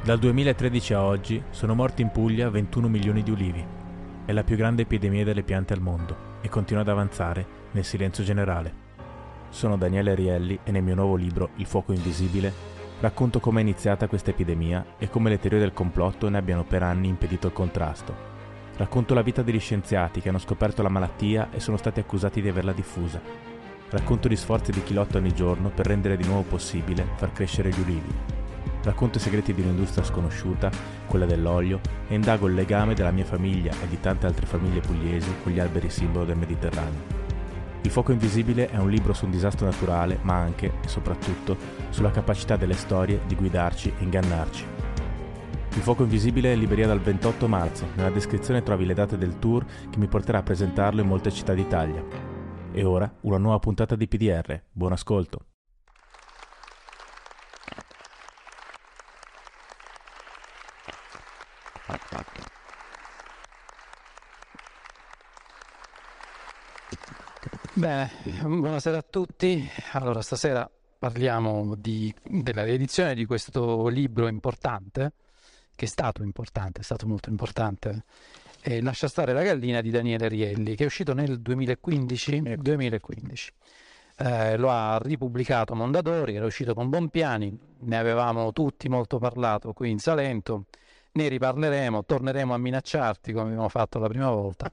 Dal 2013 a oggi sono morti in Puglia 21 milioni di ulivi. È la più grande epidemia delle piante al mondo e continua ad avanzare nel silenzio generale. Sono Daniele Rielli e nel mio nuovo libro Il fuoco invisibile racconto come è iniziata questa epidemia e come le teorie del complotto ne abbiano per anni impedito il contrasto. Racconto la vita degli scienziati che hanno scoperto la malattia e sono stati accusati di averla diffusa. Racconto gli sforzi di chi lotta ogni giorno per rendere di nuovo possibile far crescere gli ulivi. Racconto i segreti di un'industria sconosciuta, quella dell'olio, e indago il legame della mia famiglia e di tante altre famiglie pugliesi con gli alberi simbolo del Mediterraneo. Il fuoco invisibile è un libro su un disastro naturale, ma anche e soprattutto sulla capacità delle storie di guidarci e ingannarci. Il fuoco invisibile è in libreria dal 28 marzo. Nella descrizione trovi le date del tour che mi porterà a presentarlo in molte città d'Italia. E ora una nuova puntata di PDR. Buon ascolto. Bene, buonasera a tutti. Allora, stasera parliamo della riedizione di questo libro importante, che è stato molto importante, Lascia stare la gallina di Daniele Rielli, che è uscito nel 2015. Lo ha ripubblicato Mondadori, era uscito con Bompiani, ne avevamo tutti molto parlato qui in Salento, ne riparleremo, torneremo a minacciarti come abbiamo fatto la prima volta.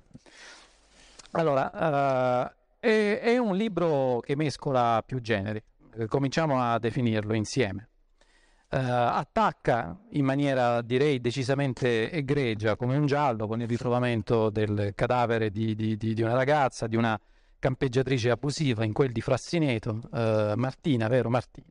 Allora, è un libro che mescola più generi, cominciamo a definirlo insieme. Attacca in maniera direi decisamente egregia come un giallo con il ritrovamento del cadavere di una ragazza, di una campeggiatrice abusiva in quel di Frassineto, Martina, vero Martina?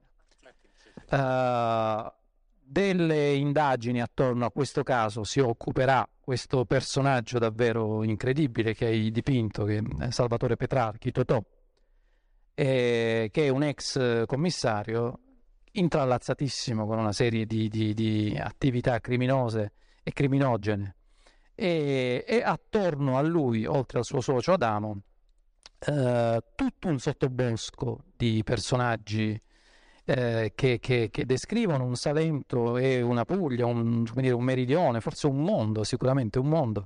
Delle indagini attorno a questo caso si occuperà questo personaggio davvero incredibile che hai dipinto, che è Salvatore Petrarchi, Totò, che è un ex commissario intrallazzatissimo con una serie di attività criminose e criminogene, e attorno a lui, oltre al suo socio Adamo, tutto un sottobosco di personaggi che descrivono un Salento e una Puglia, un meridione, forse un mondo, sicuramente un mondo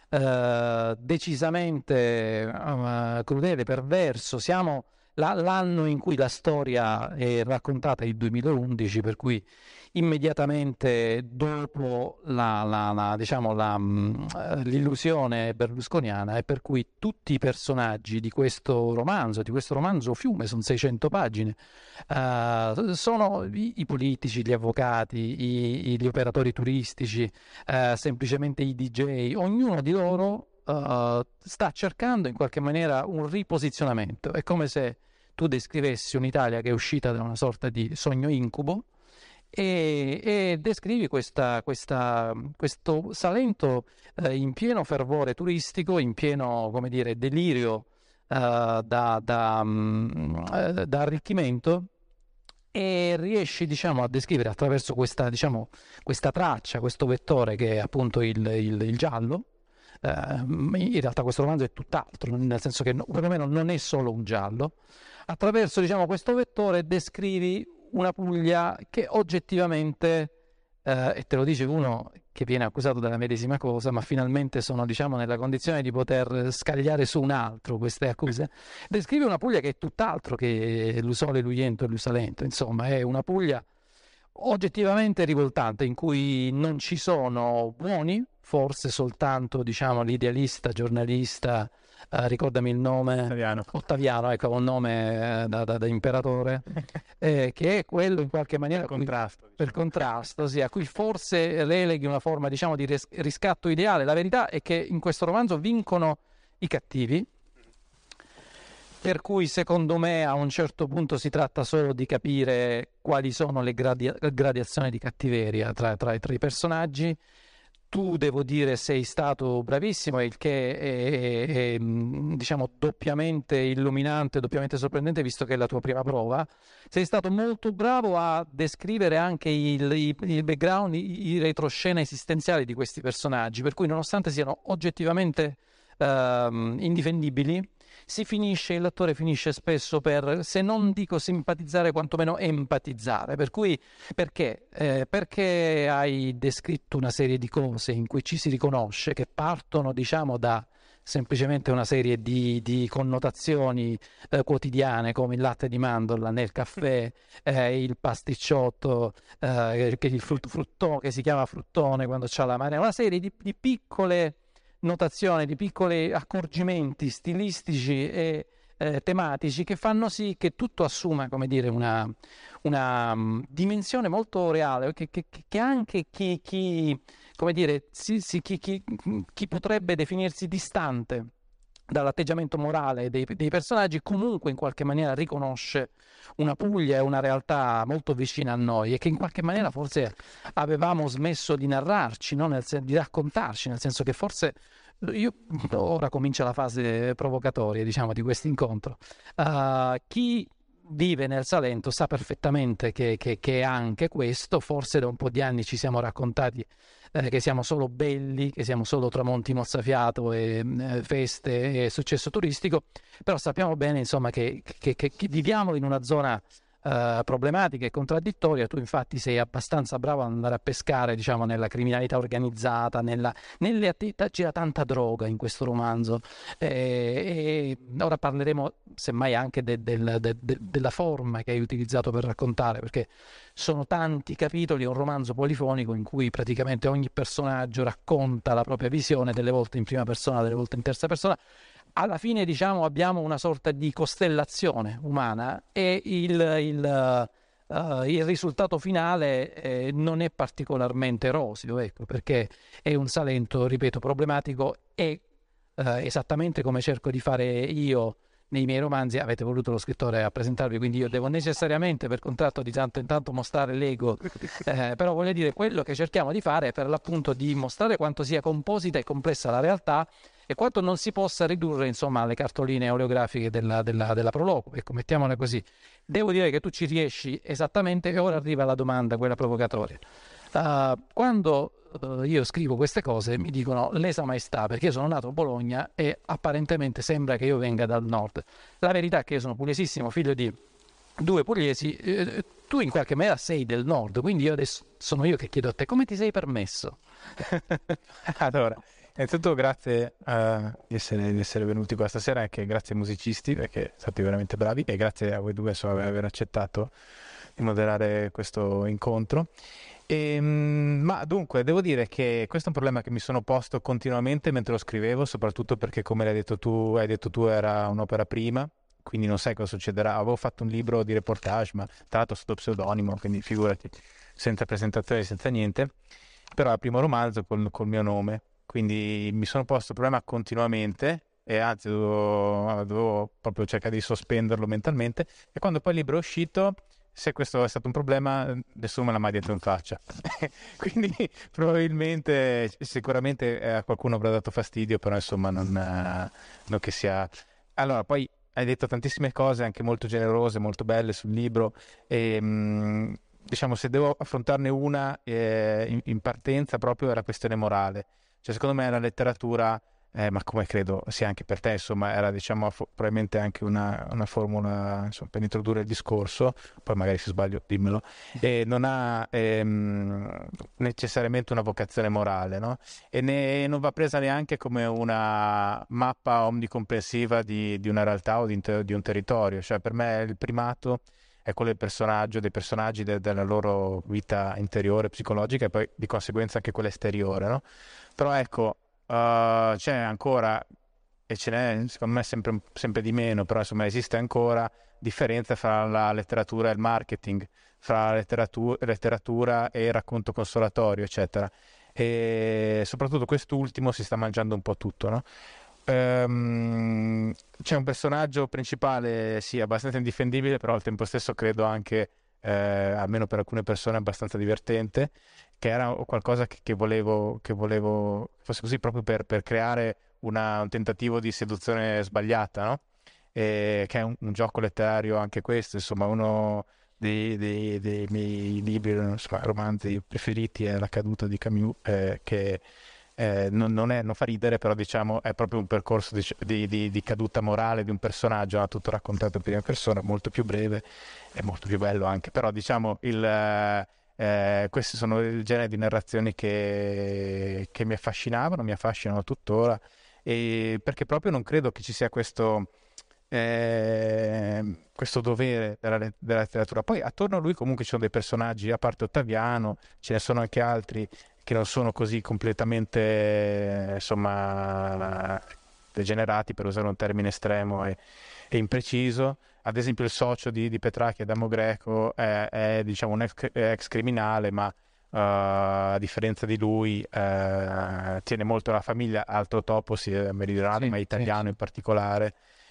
decisamente crudele, perverso. Siamo l'anno in cui la storia è raccontata, il 2011, per cui immediatamente dopo l'illusione berlusconiana, e per cui tutti i personaggi di questo romanzo fiume, sono 600 pagine, sono i politici, gli avvocati, gli operatori turistici, semplicemente i DJ, ognuno di loro sta cercando in qualche maniera un riposizionamento. È come se tu descrivessi un'Italia che è uscita da una sorta di sogno incubo e descrivi questo Salento in pieno fervore turistico, in pieno, come dire, delirio da arricchimento, e riesci, diciamo, a descrivere attraverso questa traccia, questo vettore che è appunto il giallo. In realtà questo romanzo è tutt'altro, nel senso che perlomeno non è solo un giallo. Attraverso, diciamo, questo vettore descrivi una Puglia che oggettivamente, e te lo dice uno che viene accusato della medesima cosa, ma finalmente sono, diciamo, nella condizione di poter scagliare su un altro queste accuse, descrive una Puglia che è tutt'altro che l'Usole, l'Uiento e l'Usalento. Insomma, è una Puglia oggettivamente rivoltante, in cui non ci sono buoni, forse soltanto, diciamo, l'idealista giornalista, ricordami il nome, Ottaviano, ecco, un nome da imperatore, che è quello in qualche maniera per contrasto, sì, a cui forse releghi una forma, diciamo, di riscatto ideale. La verità è che in questo romanzo vincono i cattivi, per cui secondo me a un certo punto si tratta solo di capire quali sono le gradazioni di cattiveria tra i personaggi. Tu, devo dire, sei stato bravissimo, il che è, diciamo, doppiamente illuminante, doppiamente sorprendente, visto che è la tua prima prova. Sei stato molto bravo a descrivere anche il background, i retroscena esistenziali di questi personaggi, per cui nonostante siano oggettivamente indifendibili, il lettore finisce spesso per, se non dico simpatizzare, quantomeno empatizzare. Per cui, perché? Perché hai descritto una serie di cose in cui ci si riconosce, che partono, diciamo, da semplicemente una serie di connotazioni quotidiane, come il latte di mandorla nel caffè, il pasticciotto, che il fruttone, che si chiama fruttone quando c'ha la marea, una serie di piccole notazioni, di piccoli accorgimenti stilistici e tematici che fanno sì che tutto assuma, come dire, una dimensione molto reale, che anche come dire, chi potrebbe definirsi distante dall'atteggiamento morale dei personaggi, comunque in qualche maniera riconosce una Puglia e una realtà molto vicina a noi, e che in qualche maniera forse avevamo smesso di narrarci, no? Di raccontarci, nel senso che forse ora comincia la fase provocatoria, diciamo, di questo incontro. Chi vive nel Salento sa perfettamente che è anche questo. Forse da un po' di anni ci siamo raccontati che siamo solo belli, che siamo solo tramonti mozzafiato e feste e successo turistico, però sappiamo bene, insomma, che viviamo in una zona problematica e contraddittoria. Tu infatti sei abbastanza bravo ad andare a pescare, diciamo, nella criminalità organizzata, nelle attività. C'era tanta droga in questo romanzo, e ora parleremo semmai anche della forma che hai utilizzato per raccontare, perché sono tanti capitoli, è un romanzo polifonico in cui praticamente ogni personaggio racconta la propria visione, delle volte in prima persona, delle volte in terza persona. Alla fine, diciamo, abbiamo una sorta di costellazione umana, e il risultato finale non è particolarmente roseo, ecco, perché è un Salento, ripeto, problematico, e esattamente come cerco di fare io nei miei romanzi. Avete voluto lo scrittore a presentarvi, quindi io devo necessariamente per contratto di tanto in tanto mostrare l'ego, però voglio dire, quello che cerchiamo di fare è per l'appunto di mostrare quanto sia composita e complessa la realtà, e quanto non si possa ridurre, insomma, alle cartoline oleografiche della Proloquo. Ecco, mettiamola così. Devo dire che tu ci riesci esattamente, e ora arriva la domanda, quella provocatoria. Quando io scrivo queste cose mi dicono lesa maestà, perché io sono nato a Bologna e apparentemente sembra che io venga dal nord. La verità è che io sono pugliesissimo, figlio di due pugliesi. Tu in qualche maniera sei del nord, quindi io adesso sono io che chiedo a te come ti sei permesso. Allora, innanzitutto grazie di essere venuti qua stasera, anche grazie ai musicisti perché siete stati veramente bravi, e grazie a voi due per aver accettato di moderare questo incontro. Ma dunque, devo dire che questo è un problema che mi sono posto continuamente mentre lo scrivevo, soprattutto perché, come hai detto tu, era un'opera prima, quindi non sai cosa succederà. Avevo fatto un libro di reportage, ma tra l'altro sotto pseudonimo, quindi figurati, senza presentazione, senza niente, però è il primo romanzo col mio nome, quindi mi sono posto il problema continuamente, e anzi dovevo proprio cercare di sospenderlo mentalmente, e quando poi il libro è uscito, se questo è stato un problema, nessuno me l'ha mai detto in faccia. Quindi probabilmente, sicuramente qualcuno avrà dato fastidio, però insomma non che sia. Allora, poi hai detto tantissime cose anche molto generose, molto belle sul libro, e diciamo, se devo affrontarne una in partenza, proprio è la questione morale. Cioè, secondo me la letteratura, ma come credo sia anche per te, insomma, era, diciamo, probabilmente anche una formula, insomma, per introdurre il discorso, poi magari se sbaglio dimmelo, e non ha necessariamente una vocazione morale, no? E non va presa neanche come una mappa omnicomprensiva di una realtà o di un territorio. Cioè, per me il primato è quello dei personaggi, della loro vita interiore, psicologica, e poi di conseguenza anche quella esteriore, no? Però ecco, c'è ancora, e ce n'è secondo me sempre di meno, però insomma esiste ancora differenza fra la letteratura e il marketing, fra la letteratura e il racconto consolatorio, eccetera. E soprattutto quest'ultimo si sta mangiando un po' tutto, no? C'è un personaggio principale, sì, abbastanza indifendibile, però al tempo stesso credo anche, almeno per alcune persone, abbastanza divertente, che era qualcosa che volevo fosse così, proprio per creare un tentativo di seduzione sbagliata, no? Che è un gioco letterario anche questo, insomma, uno dei miei libri, insomma, romanzi preferiti è La caduta di Camus, che non fa ridere, però diciamo è proprio un percorso di caduta morale di un personaggio, ha tutto raccontato in prima persona, molto più breve e molto più bello anche, però diciamo questi sono il genere di narrazioni che mi affascinavano, mi affascinano tuttora, e perché proprio non credo che ci sia questo dovere della letteratura. Poi attorno a lui comunque ci sono dei personaggi, a parte Ottaviano, ce ne sono anche altri che non sono così completamente, insomma, degenerati, per usare un termine estremo e impreciso. Ad esempio il socio di Petrarchi, Adamo Greco, è diciamo un ex criminale, ma a differenza di lui tiene molto la famiglia, altro topos meridionale, Sì, ma italiano sì. in particolare,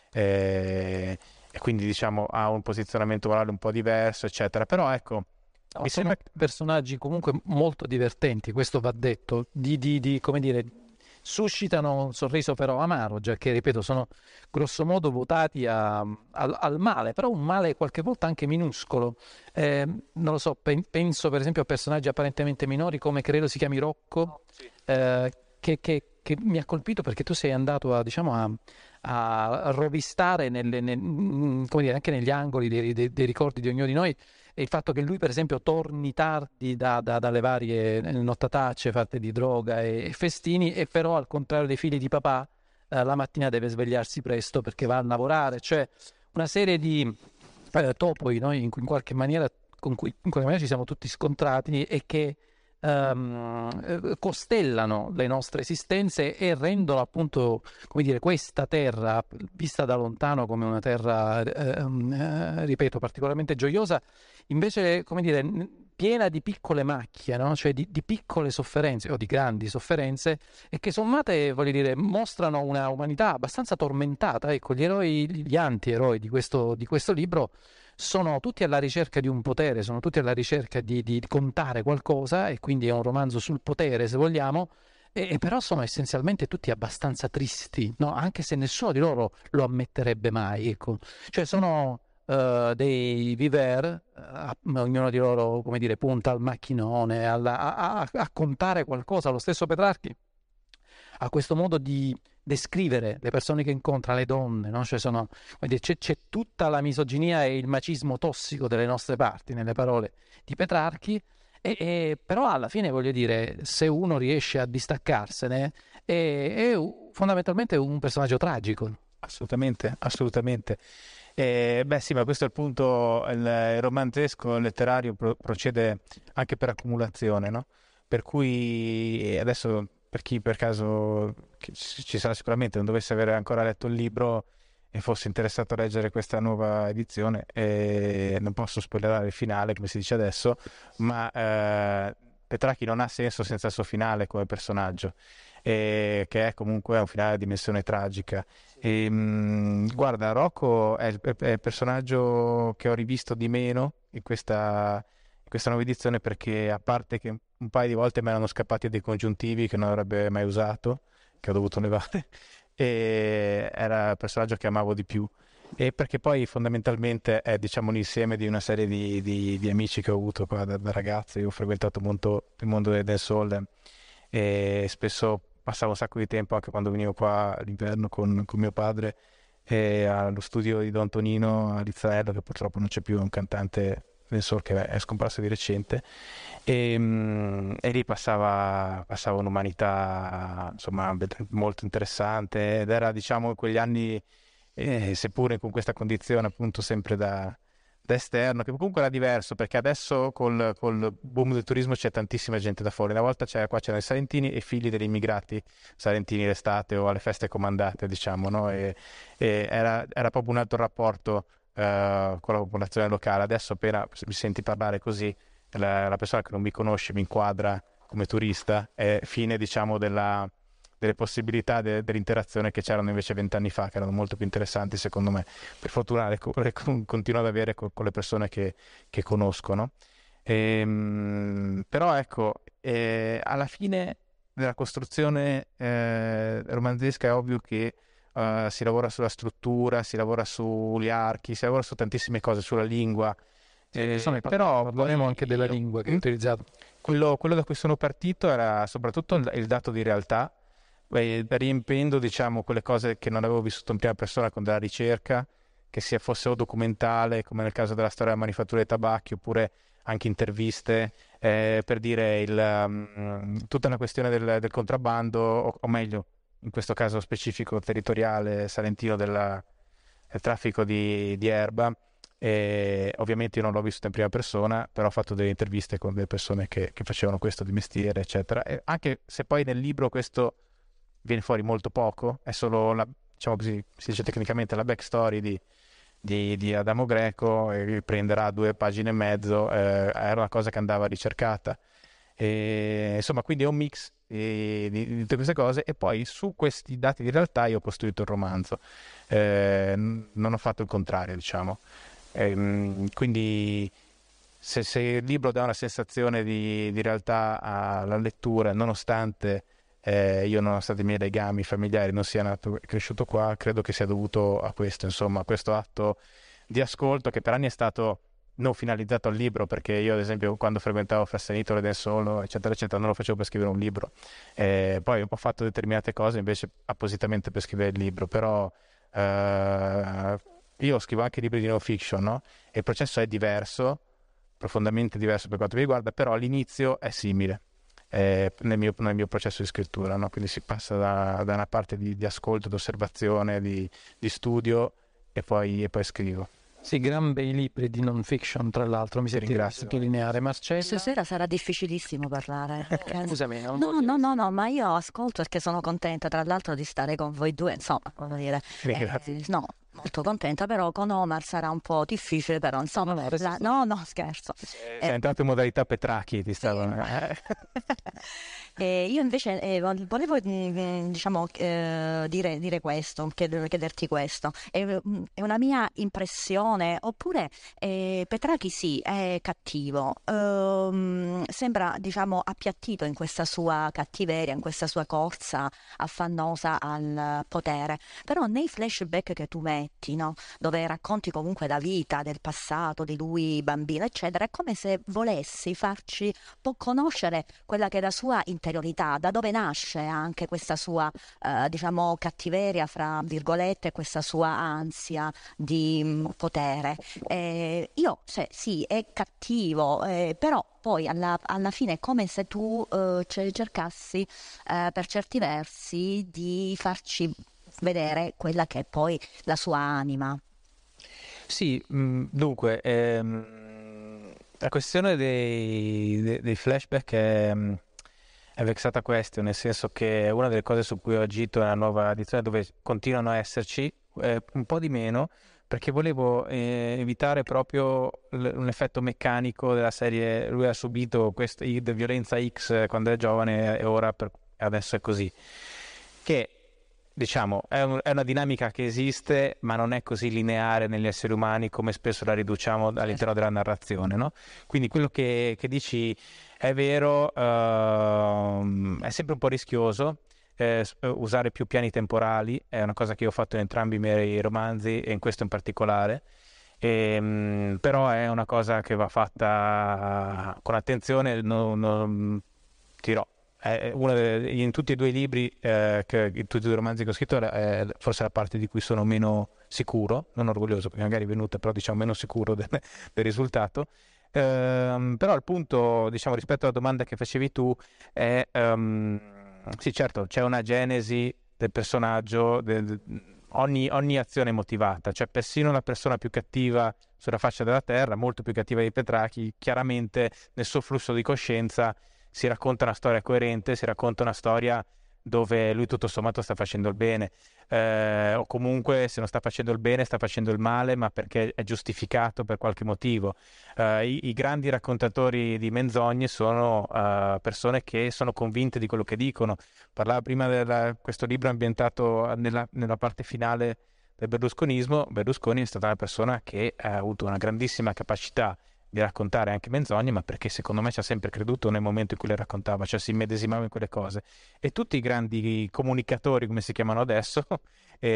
e quindi diciamo ha un posizionamento morale un po' diverso, eccetera. Però ecco, No, mi sono sembra. personaggi comunque molto divertenti, questo va detto, come dire, suscitano un sorriso però amaro, già che, ripeto, sono grossomodo votati al male, però un male qualche volta anche minuscolo. Non lo so, penso per esempio a personaggi apparentemente minori come credo si chiami Rocco, che mi ha colpito perché tu sei andato a, diciamo, a rovistare come dire, anche negli angoli dei ricordi di ognuno di noi e il fatto che lui, per esempio, torni tardi dalle varie nottatacce fatte di droga e festini, e però, al contrario dei figli di papà, la mattina deve svegliarsi presto perché va a lavorare. Cioè, una serie di topoi, no? In qualche maniera, con cui in qualche maniera ci siamo tutti scontrati e che costellano le nostre esistenze e rendono appunto, come dire, questa terra vista da lontano come una terra, ripeto, particolarmente gioiosa, invece, come dire, piena di piccole macchie, no? Cioè di piccole sofferenze o di grandi sofferenze e che sommate, voglio dire, mostrano una umanità abbastanza tormentata. Ecco, gli anti-eroi di questo libro sono tutti alla ricerca di un potere, sono tutti alla ricerca di contare qualcosa, e quindi è un romanzo sul potere, se vogliamo, e però sono essenzialmente tutti abbastanza tristi, no? Anche se nessuno di loro lo ammetterebbe mai, ecco. Cioè sono dei viver, ognuno di loro, come dire, punta al macchinone, a contare qualcosa. Lo stesso Petrarchi ha questo modo di descrivere le persone che incontra, le donne, no? Cioè come dire, c'è tutta la misoginia e il macismo tossico delle nostre parti nelle parole di Petrarchi, però alla fine, voglio dire, se uno riesce a distaccarsene, è fondamentalmente un personaggio tragico. Assolutamente, assolutamente. Beh sì, ma questo è il punto, il romanzesco letterario procede anche per accumulazione, no? Per cui adesso, per chi per caso ci sarà sicuramente, non dovesse aver ancora letto il libro e fosse interessato a leggere questa nuova edizione, non posso spoilerare il finale, come si dice adesso, ma Petrarchi non ha senso senza il suo finale come personaggio, che è comunque un finale a dimensione tragica. Guarda, Rocco è il personaggio che ho rivisto di meno in questa nuova edizione, perché a parte che un paio di volte mi erano scappati dei congiuntivi che non avrebbe mai usato, che ho dovuto levare, e era il personaggio che amavo di più. E perché poi fondamentalmente è, diciamo, l'insieme di una serie di amici che ho avuto qua da ragazzo. Io ho frequentato molto il mondo del soul e spesso passavo un sacco di tempo anche quando venivo qua all'inverno con mio padre allo studio di Don Tonino a Rizzarello, che purtroppo non c'è più, è un cantante del soul che è scomparso di recente, e lì passava un'umanità, insomma, molto interessante, ed era, diciamo, in quegli anni, seppure con questa condizione appunto sempre da esterno, che comunque era diverso, perché adesso col boom del turismo c'è tantissima gente da fuori. Una volta c'erano i salentini e figli degli immigrati salentini l'estate o alle feste comandate, diciamo, no? E era proprio un altro rapporto con la popolazione locale. Adesso appena mi senti parlare così, la persona che non mi conosce mi inquadra come turista, è fine, diciamo, delle possibilità dell'interazione che c'erano invece 20 anni fa, che erano molto più interessanti secondo me. Per fortuna continuo ad avere con le persone che conoscono. Però ecco, alla fine della costruzione romanzesca è ovvio che si lavora sulla struttura, si lavora sugli archi, si lavora su tantissime cose, sulla lingua. Però parleremo anche della lingua che hai utilizzato. Quello da cui sono partito era soprattutto il dato di realtà, riempiendo, diciamo, quelle cose che non avevo vissuto in prima persona con della ricerca, che sia fosse o documentale, come nel caso della storia della manifattura dei tabacchi, oppure anche interviste, per dire tutta la questione del contrabbando, o meglio, in questo caso specifico territoriale salentino del traffico di erba. E ovviamente io non l'ho vissuto in prima persona, però ho fatto delle interviste con delle persone che facevano questo di mestiere, eccetera. E anche se poi nel libro questo viene fuori molto poco, è solo diciamo così, si dice tecnicamente la backstory di Adamo Greco, e prenderà 2 pagine e mezzo, era una cosa che andava ricercata. E, insomma, quindi è un mix di tutte queste cose, e poi su questi dati di realtà io ho costruito il romanzo. Non ho fatto il contrario, diciamo. Quindi se il libro dà una sensazione di realtà alla lettura, nonostante nonostante i miei legami familiari non sia nato e cresciuto qua, credo che sia dovuto a questo, insomma, a questo atto di ascolto che per anni è stato non finalizzato al libro, perché io ad esempio quando frequentavo Frassanitolo del Solo, eccetera eccetera, non lo facevo per scrivere un libro. Poi ho fatto determinate cose invece appositamente per scrivere il libro, però io scrivo anche libri di no fiction, no? E il processo è diverso, profondamente diverso per quanto mi riguarda, però all'inizio è simile nel mio processo di scrittura, no? Quindi si passa da una parte di ascolto, di osservazione, di studio, e poi scrivo. Sì, gran bei libri di non fiction, tra l'altro, mi senti di sottolineare. Marcella? Stasera sarà difficilissimo parlare. Scusami, No, ma io ascolto perché sono contenta, tra l'altro, di stare con voi due, insomma, voglio dire. No, molto contenta, però con Omar sarà un po' difficile, però insomma, no, scherzo. Sei entrato in modalità Petracchi, ti stavo... Io invece volevo diciamo dire questo, chiederti questo. È una mia impressione, oppure Petracchi sì, è cattivo, sembra, diciamo, appiattito in questa sua cattiveria, in questa sua corsa affannosa al potere, però nei flashback che tu metti, no? Dove racconti comunque la vita del passato di lui bambino, eccetera, è come se volessi farci un po' conoscere quella che è la sua interiorità, da dove nasce anche questa sua diciamo cattiveria fra virgolette, questa sua ansia di potere. Sì, è cattivo, però poi alla fine è come se tu cercassi per certi versi di farci vedere quella che è poi la sua anima. Sì, dunque, la questione dei flashback è vexata question, nel senso che è una delle cose su cui ho agito nella nuova edizione, dove continuano a esserci, un po' di meno, perché volevo evitare proprio un effetto meccanico della serie. Lui ha subito questa violenza X quando è giovane, e ora adesso è così, che diciamo è una dinamica che esiste, ma non è così lineare negli esseri umani come spesso la riduciamo all'interno della narrazione, no? Quindi quello che dici è vero, è sempre un po' rischioso. Usare più piani temporali è una cosa che io ho fatto in entrambi i miei romanzi, e in questo in particolare. Però è una cosa che va fatta con attenzione. Dirò, in tutti e 2 i libri, in tutti e 2 i romanzi che ho scritto, è forse la parte di cui sono meno sicuro, non orgoglioso perché magari è venuta, però diciamo meno sicuro del risultato. Però il punto, diciamo, rispetto alla domanda che facevi tu, è sì, certo, c'è una genesi del personaggio, ogni azione è motivata, cioè persino la persona più cattiva sulla faccia della terra, molto più cattiva di Petracchi, chiaramente nel suo flusso di coscienza si racconta una storia coerente, si racconta una storia dove lui tutto sommato sta facendo il bene, o comunque se non sta facendo il bene sta facendo il male, ma perché è giustificato per qualche motivo. I grandi raccontatori di menzogne sono persone che sono convinte di quello che dicono. Parlava prima di questo libro ambientato nella parte finale del berlusconismo. Berlusconi è stata una persona che ha avuto una grandissima capacità di raccontare anche menzogne, ma perché secondo me ci ha sempre creduto nel momento in cui le raccontava, cioè si immedesimava in quelle cose. E tutti i grandi comunicatori, come si chiamano adesso,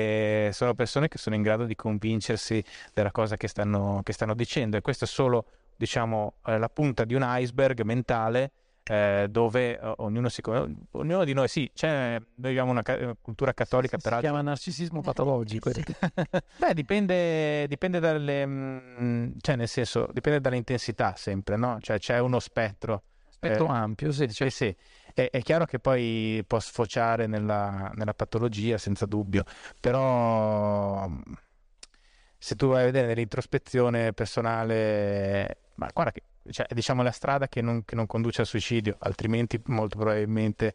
sono persone che sono in grado di convincersi della cosa che stanno dicendo, e questo è solo diciamo, la punta di un iceberg mentale, dove ognuno di noi, sì, noi viviamo una cultura cattolica, Si peraltro. chiama narcisismo patologico. Sì. Beh, dipende dalle, cioè nel senso, dipende dall'intensità sempre, no? Cioè c'è uno spettro. Spettro ampio, sì. Cioè, Sì. È chiaro che poi può sfociare nella patologia, senza dubbio, però se tu vai a vedere nell'introspezione personale, ma guarda che, cioè, è, diciamo, la strada che non conduce al suicidio, altrimenti molto probabilmente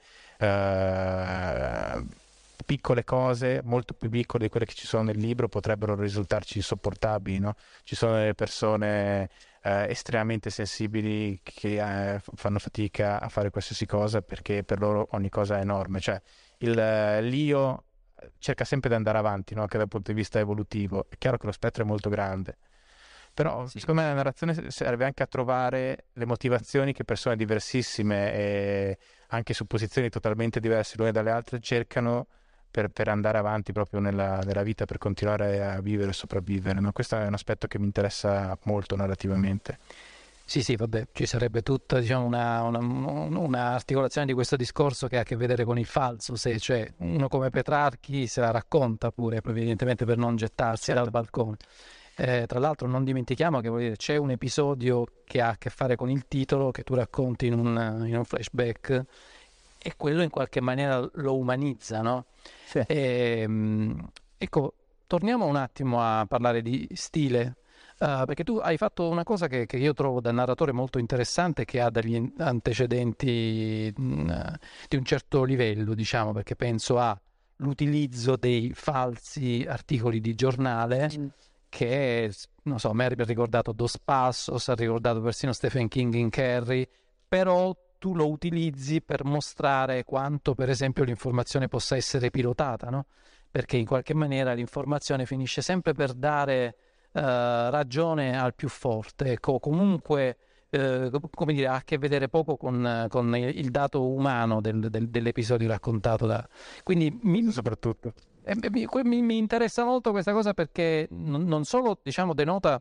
piccole cose, molto più piccole di quelle che ci sono nel libro, potrebbero risultarci insopportabili, no? Ci sono delle persone estremamente sensibili che fanno fatica a fare qualsiasi cosa perché per loro ogni cosa è enorme, cioè l'io cerca sempre di andare avanti, no? Anche dal punto di vista evolutivo. È chiaro che lo spettro è molto grande, però Sì. secondo me la narrazione serve anche a trovare le motivazioni che persone diversissime e anche su posizioni totalmente diverse l'une dalle altre cercano per andare avanti proprio nella vita, per continuare a vivere e sopravvivere, no? Questo è un aspetto che mi interessa molto narrativamente. Sì, vabbè, ci sarebbe tutta, diciamo, una articolazione di questo discorso che ha a che vedere con il falso, se cioè uno come Petrarchi se la racconta pure, evidentemente per non gettarsi dal balcone. Tra l'altro non dimentichiamo che, voglio dire, c'è un episodio che ha a che fare con il titolo che tu racconti in un flashback e quello in qualche maniera lo umanizza, no? Sì. Ecco, torniamo un attimo a parlare di stile. Perché tu hai fatto una cosa che io trovo da narratore molto interessante, che ha degli antecedenti di un certo livello, diciamo, perché penso all'utilizzo dei falsi articoli di giornale, che, non so, a me ha ricordato Dos Passos, ha ricordato persino Stephen King in Carrie, però tu lo utilizzi per mostrare quanto, per esempio, l'informazione possa essere pilotata, no? Perché in qualche maniera l'informazione finisce sempre per dare ragione al più forte, ecco, comunque come dire, ha a che vedere poco con il dato umano dell'episodio raccontato quindi Soprattutto. mi interessa molto questa cosa perché non solo, diciamo, denota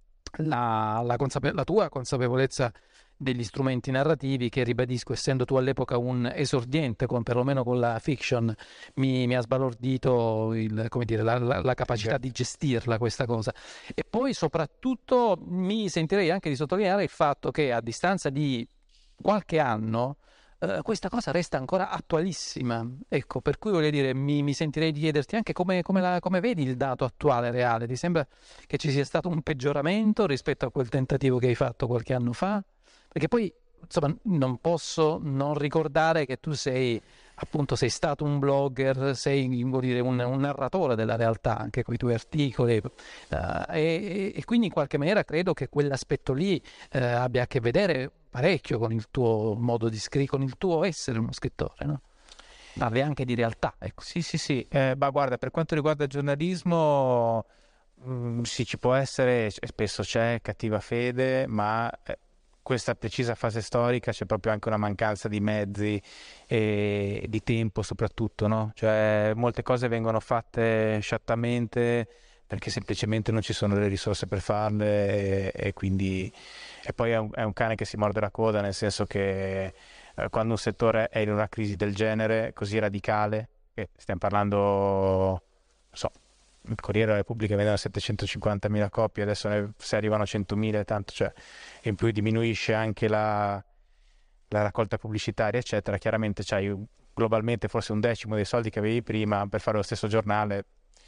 la tua consapevolezza degli strumenti narrativi che, ribadisco, essendo tu all'epoca un esordiente, perlomeno con la fiction, mi ha sbalordito come dire, la capacità di gestirla questa cosa. E poi soprattutto mi sentirei anche di sottolineare il fatto che a distanza di qualche anno questa cosa resta ancora attualissima. Ecco, per cui voglio dire, mi sentirei di chiederti anche come vedi il dato attuale reale. Ti sembra che ci sia stato un peggioramento rispetto a quel tentativo che hai fatto qualche anno fa? Perché poi, insomma, non posso non ricordare che tu sei stato un blogger, sei, vuol dire, un narratore della realtà, anche con i tuoi articoli, e quindi in qualche maniera credo che quell'aspetto lì abbia a che vedere parecchio con il tuo modo di scrivere, con il tuo essere uno scrittore, no? Parli anche di realtà, ecco. Sì. Ma guarda, per quanto riguarda il giornalismo, sì, ci può essere, spesso c'è cattiva fede, ma questa precisa fase storica c'è proprio anche una mancanza di mezzi e di tempo soprattutto, no? Cioè molte cose vengono fatte sciattamente perché semplicemente non ci sono le risorse per farle e quindi e poi è un cane che si morde la coda, nel senso che quando un settore è in una crisi del genere così radicale, che stiamo parlando, non so, il Corriere della Repubblica vendeva 750.000 copie, adesso se arrivano a 100.000 tanto, cioè in più diminuisce anche la raccolta pubblicitaria, eccetera. Chiaramente c'hai globalmente forse un decimo dei soldi che avevi prima per fare lo stesso giornale,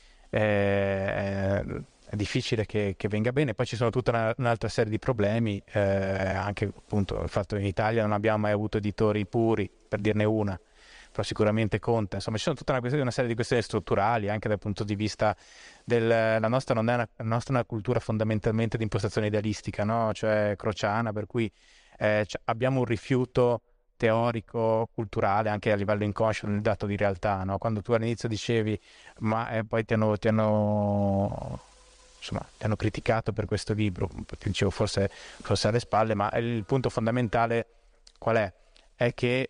è difficile che venga bene. Poi ci sono tutta un'altra serie di problemi, anche appunto il fatto che in Italia non abbiamo mai avuto editori puri, per dirne una, però sicuramente conta. Insomma, ci sono tutta una serie di questioni strutturali, anche dal punto di vista la nostra non è la nostra è una cultura fondamentalmente di impostazione idealistica, no? Cioè crociana, per cui abbiamo un rifiuto teorico, culturale, anche a livello inconscio del dato di realtà, no? Quando tu all'inizio dicevi, ma poi ti hanno criticato per questo libro, ti dicevo forse alle spalle, ma il punto fondamentale qual è? È che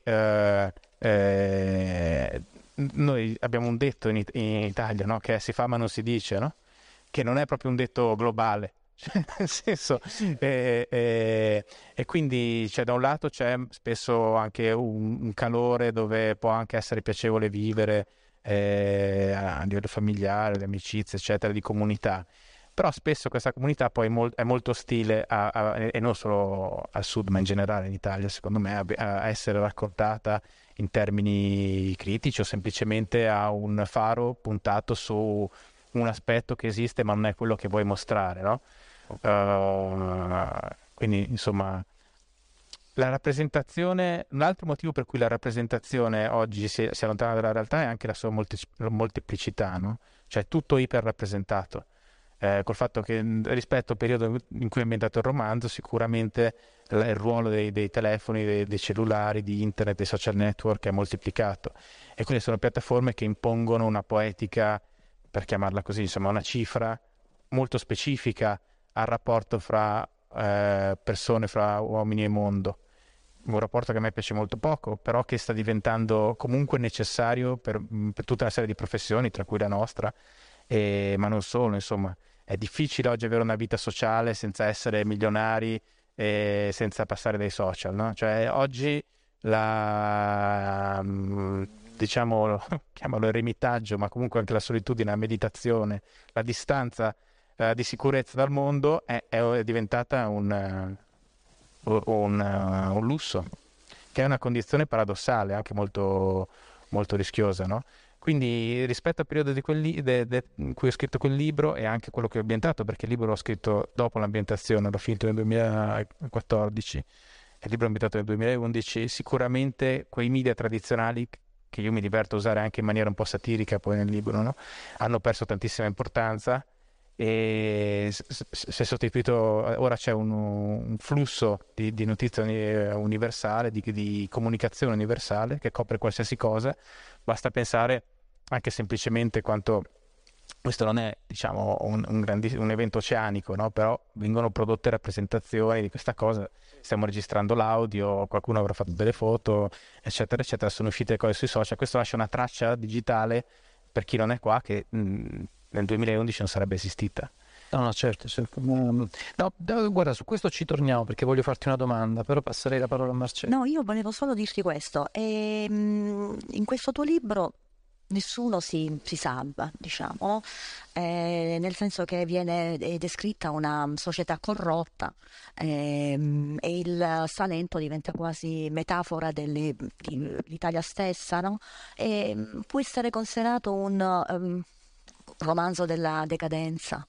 noi abbiamo un detto in Italia, no? Che è si fa ma non si dice, no? Che non è proprio un detto globale, cioè, nel senso, e quindi da un lato c'è spesso anche un calore dove può anche essere piacevole vivere a livello familiare, di amicizie, eccetera, di comunità. Però spesso questa comunità poi è molto ostile e non solo al sud, ma in generale in Italia, secondo me, a essere raccontata in termini critici o semplicemente a un faro puntato su un aspetto che esiste ma non è quello che vuoi mostrare, no? Quindi, insomma, la rappresentazione, un altro motivo per cui la rappresentazione oggi si allontana dalla realtà è anche la sua molteplicità, no? Cioè tutto iperrappresentato. Col fatto che rispetto al periodo in cui è ambientato il romanzo, sicuramente il ruolo dei telefoni, dei cellulari, di internet, dei social network è moltiplicato. E quindi sono piattaforme che impongono una poetica, per chiamarla così, insomma, una cifra molto specifica al rapporto fra persone, fra uomini e mondo. Un rapporto che a me piace molto poco, però che sta diventando comunque necessario per tutta una serie di professioni, tra cui la nostra, ma non solo, insomma. È difficile oggi avere una vita sociale senza essere milionari e senza passare dai social, no? Cioè oggi diciamo, chiamalo eremitaggio, ma comunque anche la solitudine, la meditazione, la distanza di sicurezza dal mondo è diventata un lusso, che è una condizione paradossale, anche molto, molto rischiosa, no? Quindi rispetto al periodo in cui ho scritto quel libro e anche quello che ho ambientato, perché il libro l'ho scritto dopo l'ambientazione, l'ho finito nel 2014, e il libro è ambientato nel 2011, sicuramente quei media tradizionali che io mi diverto a usare anche in maniera un po' satirica poi nel libro, no? Hanno perso tantissima importanza e si è sostituito, ora c'è un flusso di notizia universale, di comunicazione universale che copre qualsiasi cosa. Basta pensare anche semplicemente quanto questo non è, diciamo, un evento oceanico, no? Però vengono prodotte rappresentazioni di questa cosa, stiamo registrando l'audio, qualcuno avrà fatto delle foto, eccetera, eccetera, sono uscite cose sui social, questo lascia una traccia digitale per chi non è qua che nel 2011 non sarebbe esistita. No, certo. No, guarda, su questo ci torniamo perché voglio farti una domanda, però passerei la parola a Marcello. No, io volevo solo dirti questo. In questo tuo libro nessuno si salva, diciamo, no? Nel senso che viene descritta una società corrotta, e il Salento diventa quasi metafora dell'Italia stessa, no? Può essere considerato un romanzo della decadenza.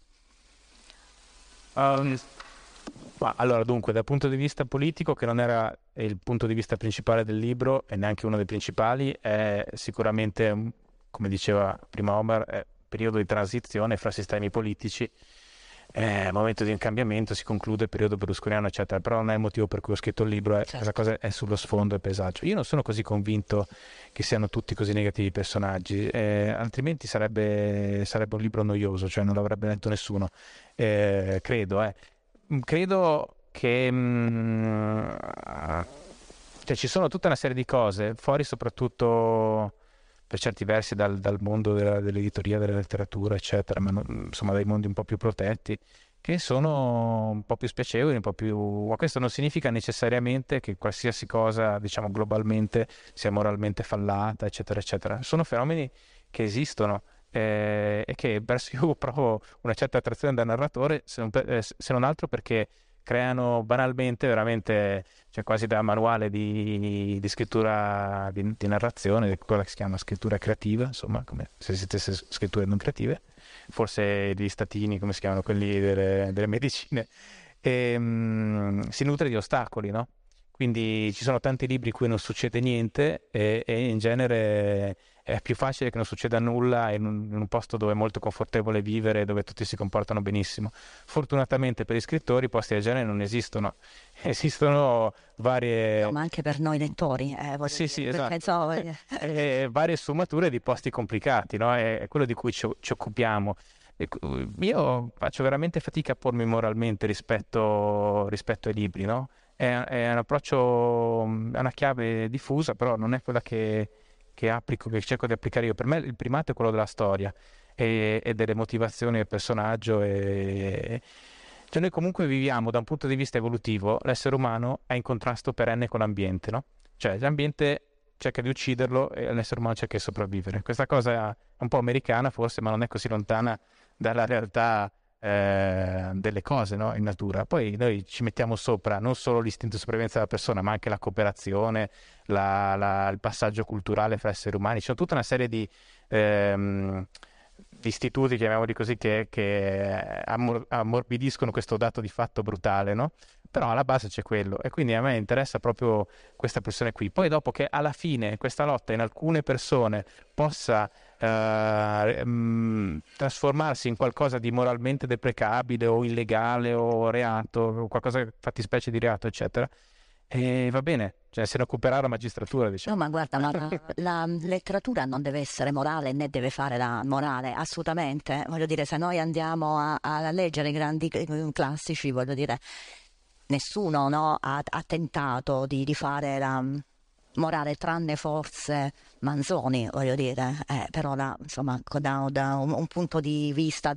Ma allora, dunque, dal punto di vista politico, che non era il punto di vista principale del libro e neanche uno dei principali, è sicuramente, come diceva prima Omar, è periodo di transizione fra sistemi politici, momento di incambiamento, si conclude il periodo berlusconiano, eccetera. Però non è il motivo per cui ho scritto il libro, questa cosa è sullo sfondo e paesaggio. Io non sono così convinto che siano tutti così negativi i personaggi, altrimenti sarebbe un libro noioso, cioè non l'avrebbe letto nessuno. Credo che cioè, ci sono tutta una serie di cose fuori, soprattutto per certi versi dal mondo dell'editoria, della letteratura, eccetera, ma insomma dai mondi un po' più protetti, che sono un po' più spiacevoli, un po' più. Ma questo non significa necessariamente che qualsiasi cosa, diciamo, globalmente sia moralmente fallata, eccetera, eccetera. Sono fenomeni che esistono. E che verso io provo una certa attrazione da narratore, se non altro perché creano banalmente, veramente, cioè quasi da manuale di scrittura, di narrazione, quella che si chiama scrittura creativa, insomma, come se esistesse scritture non creative, forse gli statini, come si chiamano, quelli delle medicine, si nutre di ostacoli, no? Quindi ci sono tanti libri in cui non succede niente e in genere è più facile che non succeda nulla in un posto dove è molto confortevole vivere, dove tutti si comportano benissimo. Fortunatamente per gli scrittori posti del genere non esistono. Esistono varie. No, ma anche per noi lettori, Sì, sì, dire, esatto. Varie sfummature di posti complicati, no? È quello di cui ci occupiamo. Io faccio veramente fatica a pormi moralmente rispetto ai libri, no? È un approccio, è una chiave diffusa, però non è quella che applico, che cerco di applicare io. Per me il primato è quello della storia e delle motivazioni del personaggio Cioè noi comunque viviamo da un punto di vista evolutivo, l'essere umano è in contrasto perenne con l'ambiente, no? Cioè l'ambiente cerca di ucciderlo e l'essere umano cerca di sopravvivere. Questa cosa è un po' americana forse, ma non è così lontana dalla realtà delle cose, no? In natura. Poi noi ci mettiamo sopra non solo l'istinto di sopravvivenza della persona, ma anche la cooperazione, il passaggio culturale fra esseri umani. C'è tutta una serie di istituti, chiamiamoli così, che ammorbidiscono questo dato di fatto brutale, no? Però alla base c'è quello, e quindi a me interessa proprio questa pressione qui. Poi dopo che alla fine questa lotta in alcune persone possa trasformarsi in qualcosa di moralmente deprecabile o illegale o reato, o qualcosa, fattispecie di reato, eccetera, e va bene, cioè se ne occuperà la magistratura, diciamo. No, ma guarda, la letteratura non deve essere morale né deve fare la morale, assolutamente. Voglio dire, se noi andiamo a leggere i grandi classici, voglio dire, nessuno, no, ha tentato di fare la morale, tranne forse Manzoni, voglio dire, però insomma, da un punto di vista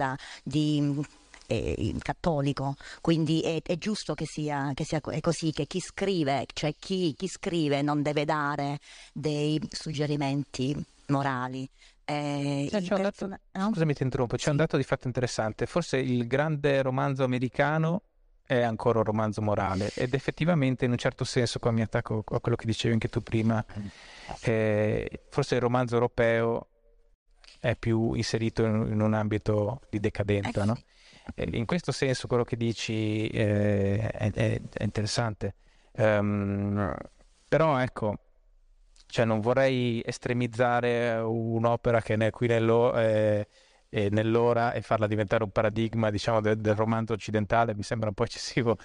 cattolico, quindi è giusto che sia così, che chi scrive, cioè chi scrive non deve dare dei suggerimenti morali. Scusami, ti interrompo, c'è un dato di fatto interessante. Forse il grande romanzo americano è ancora un romanzo morale, ed effettivamente in un certo senso, qua mi attacco a quello che dicevi anche tu prima, forse il romanzo europeo è più inserito in un ambito di decadenza, no? In questo senso quello che dici è interessante. Però ecco, cioè non vorrei estremizzare un'opera che è qui nell'ora e farla diventare un paradigma, diciamo, del romanzo occidentale. Mi sembra un po' eccessivo.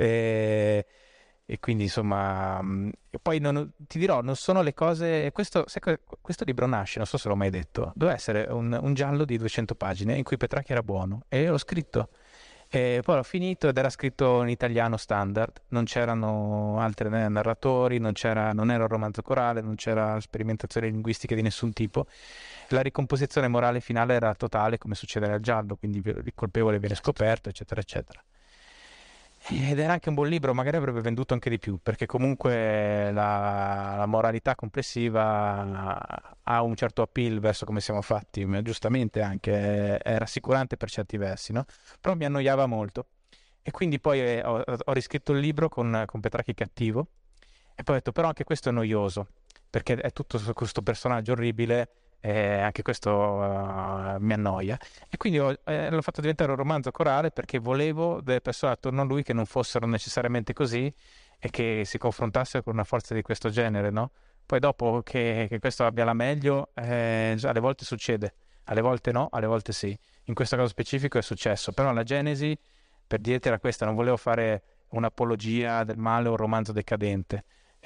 E quindi insomma, poi ti dirò, non sono le cose. Questo libro nasce, non so se l'ho mai detto, doveva essere un giallo di 200 pagine in cui Petrarchi era buono, e io l'ho scritto, e poi l'ho finito ed era scritto in italiano standard, non c'erano altri narratori, non era un romanzo corale, non c'era sperimentazioni linguistiche di nessun tipo. La ricomposizione morale finale era totale, come succede nel giallo, quindi il colpevole viene scoperto, eccetera eccetera. Ed era anche un buon libro, magari avrebbe venduto anche di più, perché comunque la moralità complessiva ha un certo appeal verso come siamo fatti, ma giustamente anche è rassicurante per certi versi, no? Però mi annoiava molto, e quindi poi ho riscritto il libro con Petrarchi cattivo, e poi ho detto però anche questo è noioso, perché è tutto su questo personaggio orribile, e anche questo mi annoia, e quindi l'ho fatto diventare un romanzo corale, perché volevo delle persone attorno a lui che non fossero necessariamente così e che si confrontassero con una forza di questo genere, no? Poi dopo che questo abbia la meglio, alle volte succede, alle volte no, alle volte sì. In questo caso specifico è successo, però la genesi, per dirti, era questa: non volevo fare un'apologia del male o un romanzo decadente.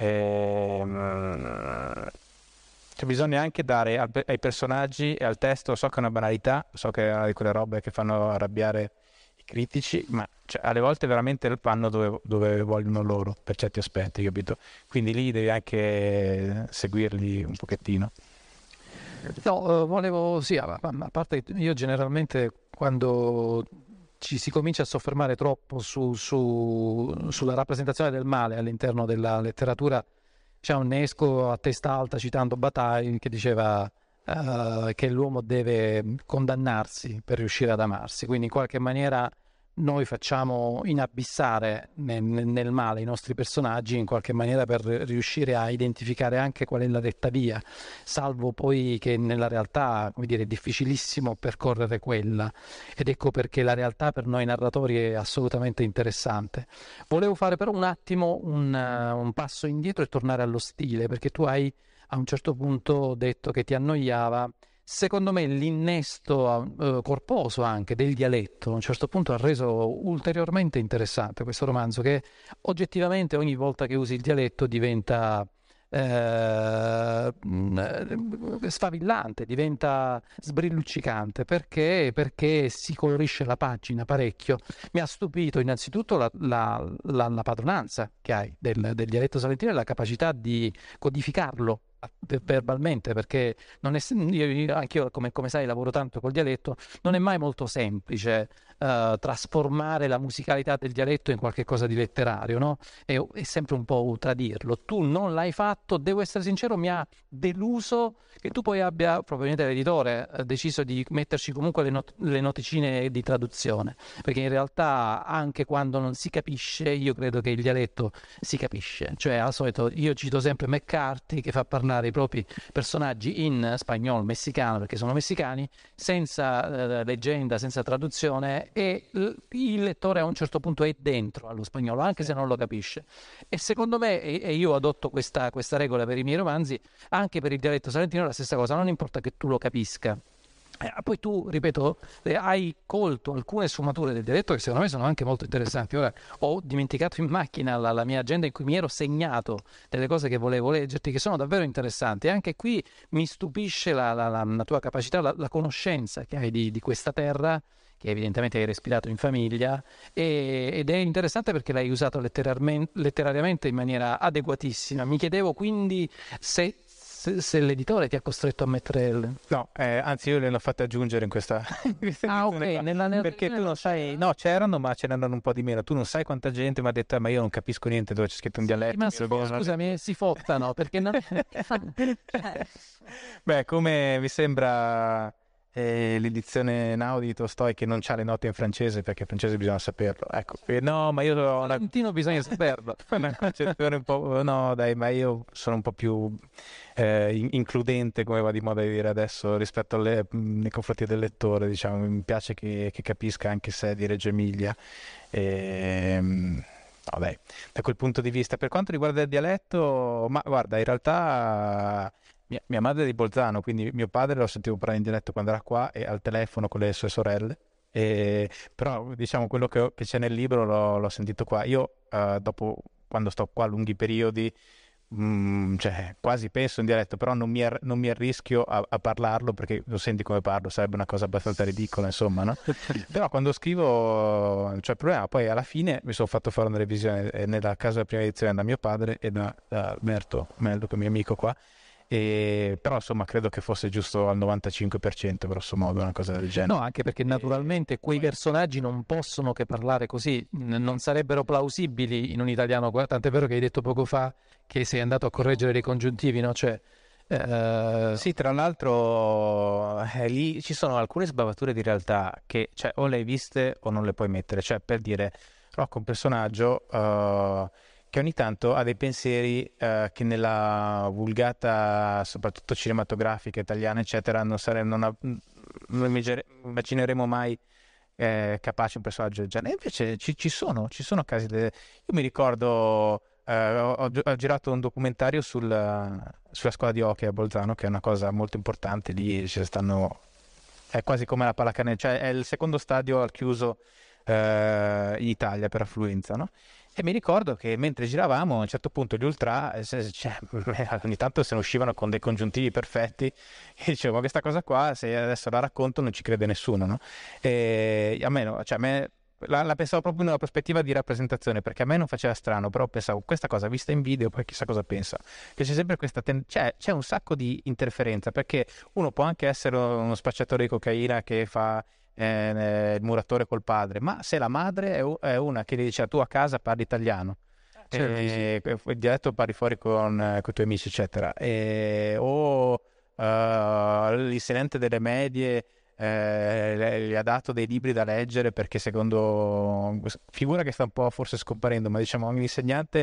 Cioè bisogna anche dare ai personaggi e al testo, so che è una banalità, so che è una di quelle robe che fanno arrabbiare i critici, ma cioè, alle volte veramente vanno dove vogliono loro, per certi aspetti, capito? Quindi lì devi anche seguirli un pochettino. No, volevo, sì, a parte io generalmente quando ci si comincia a soffermare troppo sulla rappresentazione del male all'interno della letteratura, diciamo, ne esco a testa alta citando Bataille, che diceva che l'uomo deve condannarsi per riuscire ad amarsi, quindi in qualche maniera noi facciamo inabissare nel male i nostri personaggi, in qualche maniera per riuscire a identificare anche qual è la retta via, salvo poi che nella realtà, come dire, è difficilissimo percorrere quella, ed ecco perché la realtà per noi narratori è assolutamente interessante. Volevo fare però un attimo un passo indietro e tornare allo stile, perché tu hai a un certo punto detto che ti annoiava. Secondo me l'innesto corposo anche del dialetto a un certo punto ha reso ulteriormente interessante questo romanzo, che oggettivamente ogni volta che usi il dialetto diventa sfavillante, diventa sbrilluccicante, perché si colorisce la pagina parecchio. Mi ha stupito innanzitutto la padronanza che hai del dialetto salentino e la capacità di codificarlo verbalmente, perché non è, anch'io come sai lavoro tanto col dialetto, non è mai molto semplice trasformare la musicalità del dialetto in qualche cosa di letterario, no? È sempre un po' tradirlo. Tu non l'hai fatto, devo essere sincero, mi ha deluso che tu poi abbia, probabilmente l'editore, deciso di metterci comunque le noticine di traduzione, perché in realtà anche quando non si capisce, io credo che il dialetto si capisce. Cioè, al solito, io cito sempre McCarthy che fa parlare i propri personaggi in spagnolo messicano, perché sono messicani, senza leggenda, senza traduzione, e il lettore a un certo punto è dentro allo spagnolo, anche se non lo capisce. E secondo me, e io adotto questa regola per i miei romanzi, anche per il dialetto salentino è la stessa cosa, non importa che tu lo capisca. Poi tu, ripeto, hai colto alcune sfumature del dialetto che secondo me sono anche molto interessanti. Ora ho dimenticato in macchina la mia agenda in cui mi ero segnato delle cose che volevo leggerti, che sono davvero interessanti. E anche qui mi stupisce la tua capacità, la conoscenza che hai di questa terra, che evidentemente hai respirato in famiglia, ed è interessante perché l'hai usato letterariamente in maniera adeguatissima. Mi chiedevo quindi se l'editore ti ha costretto a mettere No, anzi io le ho fatte aggiungere in questa ok, perché tu non sai, no, c'erano, ma ce n'erano un po' di meno. Tu non sai quanta gente mi ha detto, ma io non capisco niente dove c'è scritto un dialetto. Ma scusami, si fottano perché non Beh, come mi sembra l'edizione Now di Tolstoi che non c'ha le note in francese, perché in francese bisogna saperlo. Ecco, no, ma io ho una Valentino bisogna saperlo. concezione un po', no, dai, ma io sono un po' più includente, come va di moda di dire adesso, rispetto nei confronti del lettore, diciamo. Mi piace che capisca anche se è di Reggio Emilia. No, dai, da quel punto di vista. Per quanto riguarda il dialetto, ma guarda, in realtà mia madre è di Bolzano, quindi mio padre lo sentivo parlare in dialetto quando era qua e al telefono con le sue sorelle. Però diciamo quello che c'è nel libro l'ho sentito qua. Io dopo, quando sto qua lunghi periodi, cioè, quasi penso in dialetto, però non mi arrischio a parlarlo perché lo senti come parlo, sarebbe una cosa abbastanza ridicola, insomma, no? Però quando scrivo c'è il problema. Poi alla fine mi sono fatto fare una revisione nella casa della prima edizione da mio padre e da Alberto Mello, che è mio amico qua. Però insomma credo che fosse giusto al 95% grosso modo, una cosa del genere. No, anche perché naturalmente quei personaggi non possono che parlare così, non sarebbero plausibili in un italiano, tant'è vero che hai detto poco fa che sei andato a correggere dei congiuntivi, no? Cioè, Sì, tra l'altro lì ci sono alcune sbavature di realtà che, cioè, o le hai viste o non le puoi mettere. Cioè, per dire, Rocco è un personaggio che ogni tanto ha dei pensieri che nella vulgata, soprattutto cinematografica italiana, eccetera, non immagineremo mai capace un personaggio del genere. E invece ci sono casi. Io mi ricordo, ho girato un documentario sulla scuola di hockey a Bolzano, che è una cosa molto importante. Lì è quasi come la pallacanestro, cioè è il secondo stadio al chiuso in Italia per affluenza, no? E mi ricordo che mentre giravamo, a un certo punto gli ultra, ogni tanto se ne uscivano con dei congiuntivi perfetti, e dicevo, ma questa cosa qua, se adesso la racconto, non ci crede nessuno, no? E a me, la pensavo proprio in una prospettiva di rappresentazione, perché a me non faceva strano, però pensavo, questa cosa vista in video, poi chissà cosa pensa. Che c'è sempre questa c'è un sacco di interferenza, perché uno può anche essere uno spacciatore di cocaina che fa il muratore col padre, ma se la madre è una che gli dice tu a casa parli italiano, il dialetto parli fuori con i tuoi amici, eccetera, o l'insegnante delle medie gli ha dato dei libri da leggere perché secondo figura che sta un po' forse scomparendo, ma diciamo un insegnante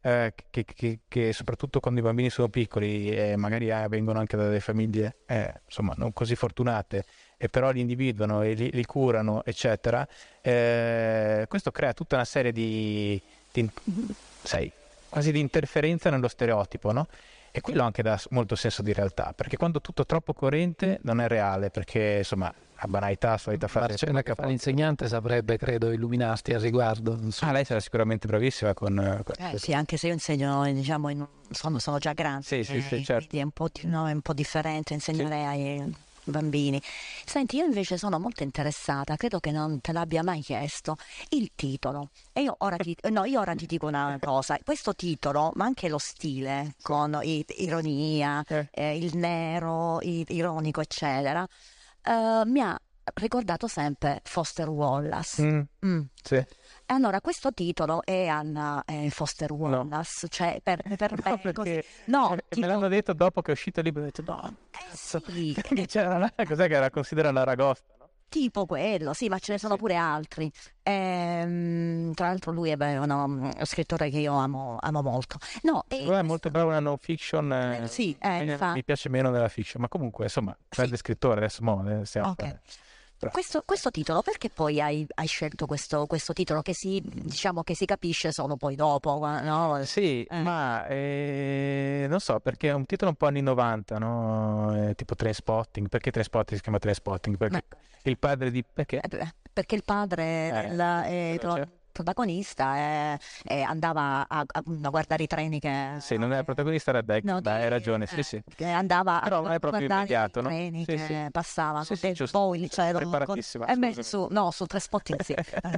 che soprattutto quando i bambini sono piccoli e magari vengono anche da delle famiglie insomma non così fortunate, e però li individuano e li curano, eccetera, questo crea tutta una serie quasi di interferenza nello stereotipo, no? E quello anche dà molto senso di realtà, perché quando tutto è troppo coerente non è reale, perché insomma a banalità, solita frase. Marcella che fa l'insegnante saprebbe, credo, illuminarti al riguardo. Lei sarà sicuramente bravissima con sì, anche se io insegno, diciamo, sono già grande, sì, certo. quindi è un po' differente insegnare bambini. Senti, io invece sono molto interessata, credo che non te l'abbia mai chiesto, il titolo. E io ora ti dico una cosa, questo titolo, ma anche lo stile, con ironia, il nero, ironico, eccetera, mi ha ricordato sempre Foster Wallace. Sì. E allora questo titolo è Anna Foster Wallace, cioè per No, me così. perché No, me tipo, l'hanno detto dopo che è usito il libro, ho detto no, cazzo, sì, perché c'era cos'è che era considerata l'aragosta, no? tipo quello, sì, ma ce ne sono pure altri. Tra l'altro lui è uno scrittore che io amo molto. No, Secondo me è molto bravo nella non fiction, sì, mi piace meno nella fiction, ma comunque insomma, grande scrittore, adesso stiamo a ok. fare. Però- Questo titolo, perché poi hai scelto questo titolo che diciamo che si capisce solo poi dopo, no? Sì, ma non so, perché è un titolo un po' anni 90, no? Tipo Trainspotting. Perché Trainspotting si chiama Trainspotting? Perché il padre di... Perché? Perché il padre del protagonista andava a guardare i treni che... Sì, non era il protagonista, era Deck. No, Dai, hai ragione, sì, sì. che andava Però non a è proprio guardare immediato, i no? treni Sì, che sì. passavano. Sì, sì, E giusto. poi c'erano Preparatissima, scusami. no, su Trainspotting sì.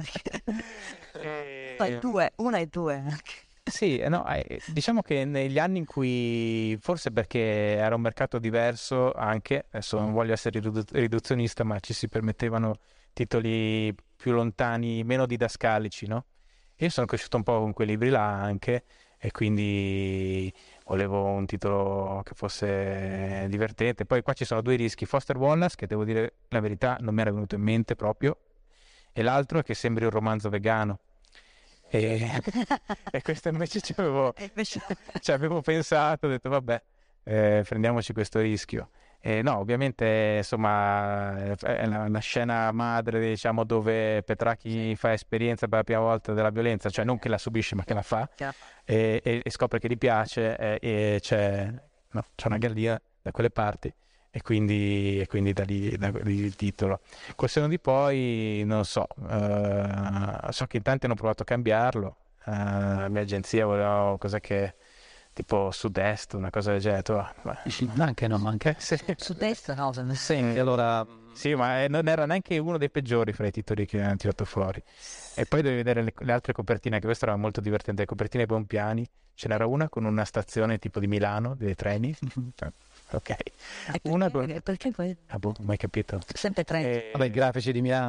Poi uno e due. Sì, no, diciamo che negli anni in cui, forse perché era un mercato diverso anche, adesso non voglio essere riduzionista, ma ci si permettevano titoli più lontani, meno didascalici, no? Io sono cresciuto un po' con quei libri là anche e quindi volevo un titolo che fosse divertente. Poi qua ci sono due rischi, Foster Wallace, che devo dire la verità non mi era venuto in mente proprio, e l'altro è che sembri un romanzo vegano. E questo invece ci avevo pensato, ho detto vabbè, prendiamoci questo rischio. No, ovviamente insomma è la scena madre, diciamo, dove Petrarchi fa esperienza per la prima volta della violenza, cioè non che la subisce ma che la fa, e scopre che gli piace, e c'è una gallina da quelle parti. E quindi da lì il titolo. Col senno di poi non so, so che in tanti hanno provato a cambiarlo, la mia agenzia voleva cosa che tipo Sud-Est, una cosa del genere. Anche no, anche. Sì. Su destra no, E allora Sì, ma non era neanche uno dei peggiori fra i titoli che hanno tirato fuori. E poi devi vedere le altre copertine, che questo era molto divertente, le copertine Bonpiani. Ce n'era una con una stazione tipo di Milano, dei treni. Ok. Una con... Perché poi Ah, boh, mai capito. sempre treni. vabbè, i grafici di Milano,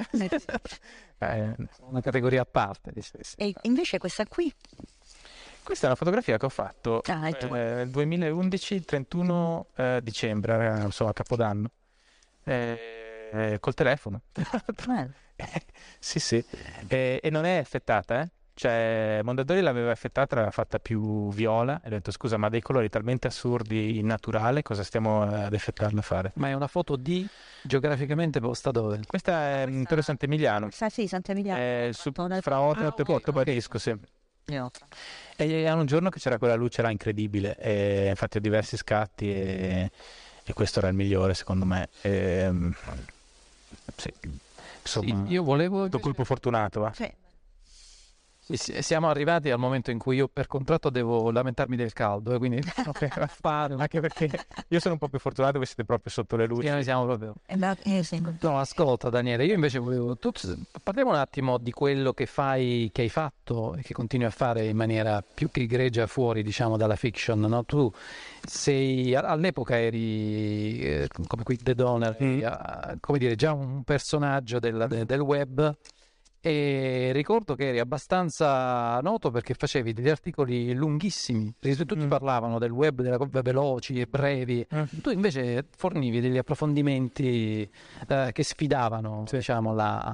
una categoria a parte. E invece questa qui? Questa è una fotografia che ho fatto Ah, è tua. nel 2011, il 31 dicembre, era, insomma, a Capodanno, col telefono. Bello. Sì, sì. E non è effettata, eh? Cioè, Mondadori l'aveva effettata, l'aveva fatta più viola, e ho detto, scusa, ma dei colori talmente assurdi in naturale, cosa stiamo ad effettarla a fare? Ma è una foto di geograficamente posta dove? Questa è Torre Sant'Emiliano, Sì, Sant'Emiliano. fra Otranto e Barisco, sì. E era un giorno che c'era quella luce là incredibile, e infatti ho diversi scatti e questo era il migliore secondo me. Sì. Insomma, Sì, io volevo un colpo fortunato, va. Sì. Sì, siamo arrivati al momento in cui io per contratto devo lamentarmi del caldo, quindi Anche perché io sono un po' più fortunato, voi siete proprio sotto le luci. noi siamo proprio... Sì. No, ascolta Daniele, io invece parliamo un attimo di quello che fai, che hai fatto e che continui a fare in maniera più che egregia fuori, diciamo, dalla fiction, no? Tu all'epoca eri come qui The Donner, come dire, già un personaggio del web. E ricordo che eri abbastanza noto perché facevi degli articoli lunghissimi, perché tutti parlavano del web, della web veloci e brevi, tu invece fornivi degli approfondimenti che sfidavano, diciamo,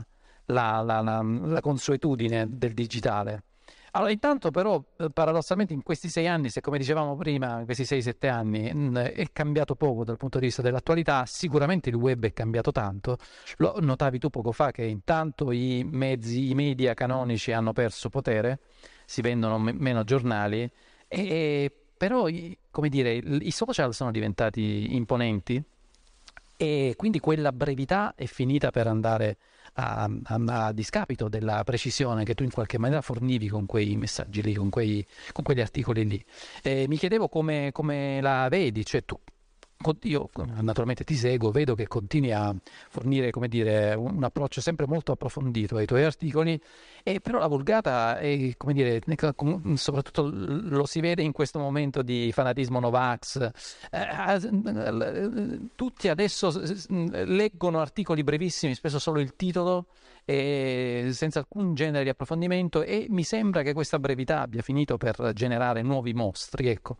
la consuetudine del digitale. Allora, intanto però, paradossalmente in questi 6 anni, se come dicevamo prima, in questi 6-7 anni è cambiato poco dal punto di vista dell'attualità, sicuramente il web è cambiato tanto, lo notavi tu poco fa che intanto i media canonici hanno perso potere, si vendono meno giornali, però come dire, i social sono diventati imponenti e quindi quella brevità è finita per andare a discapito della precisione che tu in qualche maniera fornivi con quei messaggi lì, con quegli articoli lì. Mi chiedevo come la vedi, cioè tu io naturalmente ti seguo, vedo che continui a fornire, come dire, un approccio sempre molto approfondito ai tuoi articoli, e però la vulgata è, come dire, soprattutto lo si vede in questo momento di fanatismo Novax. Tutti adesso leggono articoli brevissimi, spesso solo il titolo, e senza alcun genere di approfondimento, e mi sembra che questa brevità abbia finito per generare nuovi mostri. Ecco,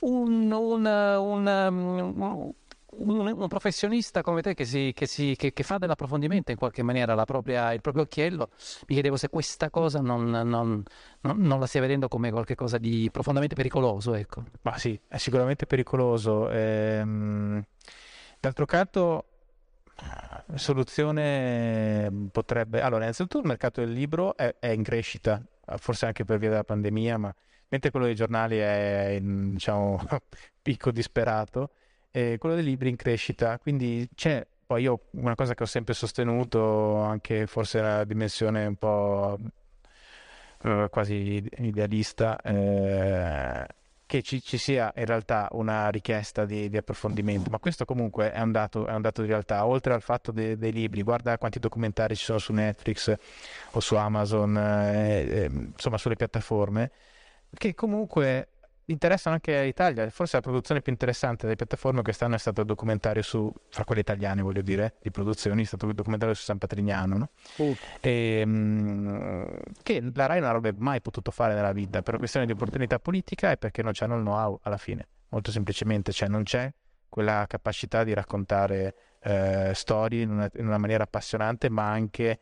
un professionista come te che fa dell'approfondimento in qualche maniera il proprio occhiello, mi chiedevo se questa cosa non la stia vedendo come qualcosa di profondamente pericoloso, ecco. Ma sì, è sicuramente pericoloso. D'altro canto, soluzione potrebbe... Allora, innanzitutto il mercato del libro è in crescita, forse anche per via della pandemia, ma mentre quello dei giornali è in, diciamo, picco disperato, e quello dei libri in crescita, quindi c'è... Poi io una cosa che ho sempre sostenuto, anche forse una dimensione un po' quasi idealista, che ci sia in realtà una richiesta di approfondimento, ma questo comunque è un dato di realtà. Oltre al fatto dei libri, guarda quanti documentari ci sono su Netflix o su Amazon, insomma sulle piattaforme, che comunque interessano anche all'Italia. Forse la produzione più interessante delle piattaforme quest'anno è stato il documentario fra quelle italiane, voglio dire, di produzioni, è stato il documentario su San Patrignano, no? Che la Rai non avrebbe mai potuto fare nella vita per una questione di opportunità politica, e perché non c'hanno il know-how alla fine, molto semplicemente, cioè non c'è quella capacità di raccontare storie in una maniera appassionante, ma anche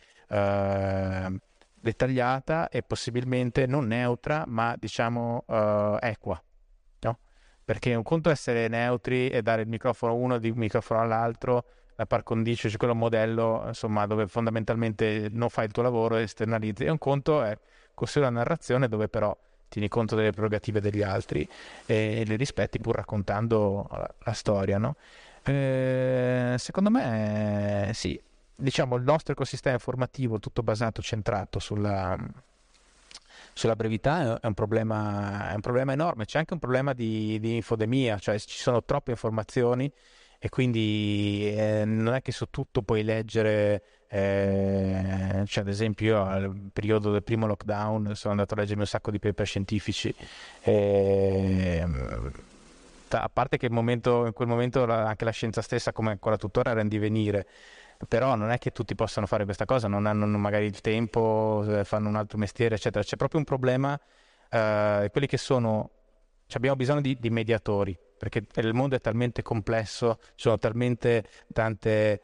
dettagliata e possibilmente non neutra, ma diciamo equa, no? Perché un conto è essere neutri e dare il microfono a uno e il microfono all'altro, la par condicio, cioè quello modello, insomma, dove fondamentalmente non fai il tuo lavoro e esternalizzi, e un conto è costruire una narrazione dove però tieni conto delle prerogative degli altri e le rispetti, pur raccontando la storia, no? Secondo me sì, diciamo il nostro ecosistema informativo tutto basato, centrato sulla brevità è un problema enorme. C'è anche un problema di infodemia, cioè ci sono troppe informazioni e quindi non è che su tutto puoi leggere, cioè ad esempio io al periodo del primo lockdown sono andato a leggermi un sacco di paper scientifici, a parte che in quel momento anche la scienza stessa, come ancora tuttora, era in divenire, però non è che tutti possano fare questa cosa, non hanno magari il tempo, fanno un altro mestiere, eccetera. C'è proprio un problema, quelli che sono... Cioè abbiamo bisogno di mediatori, perché il mondo è talmente complesso, ci sono talmente tante,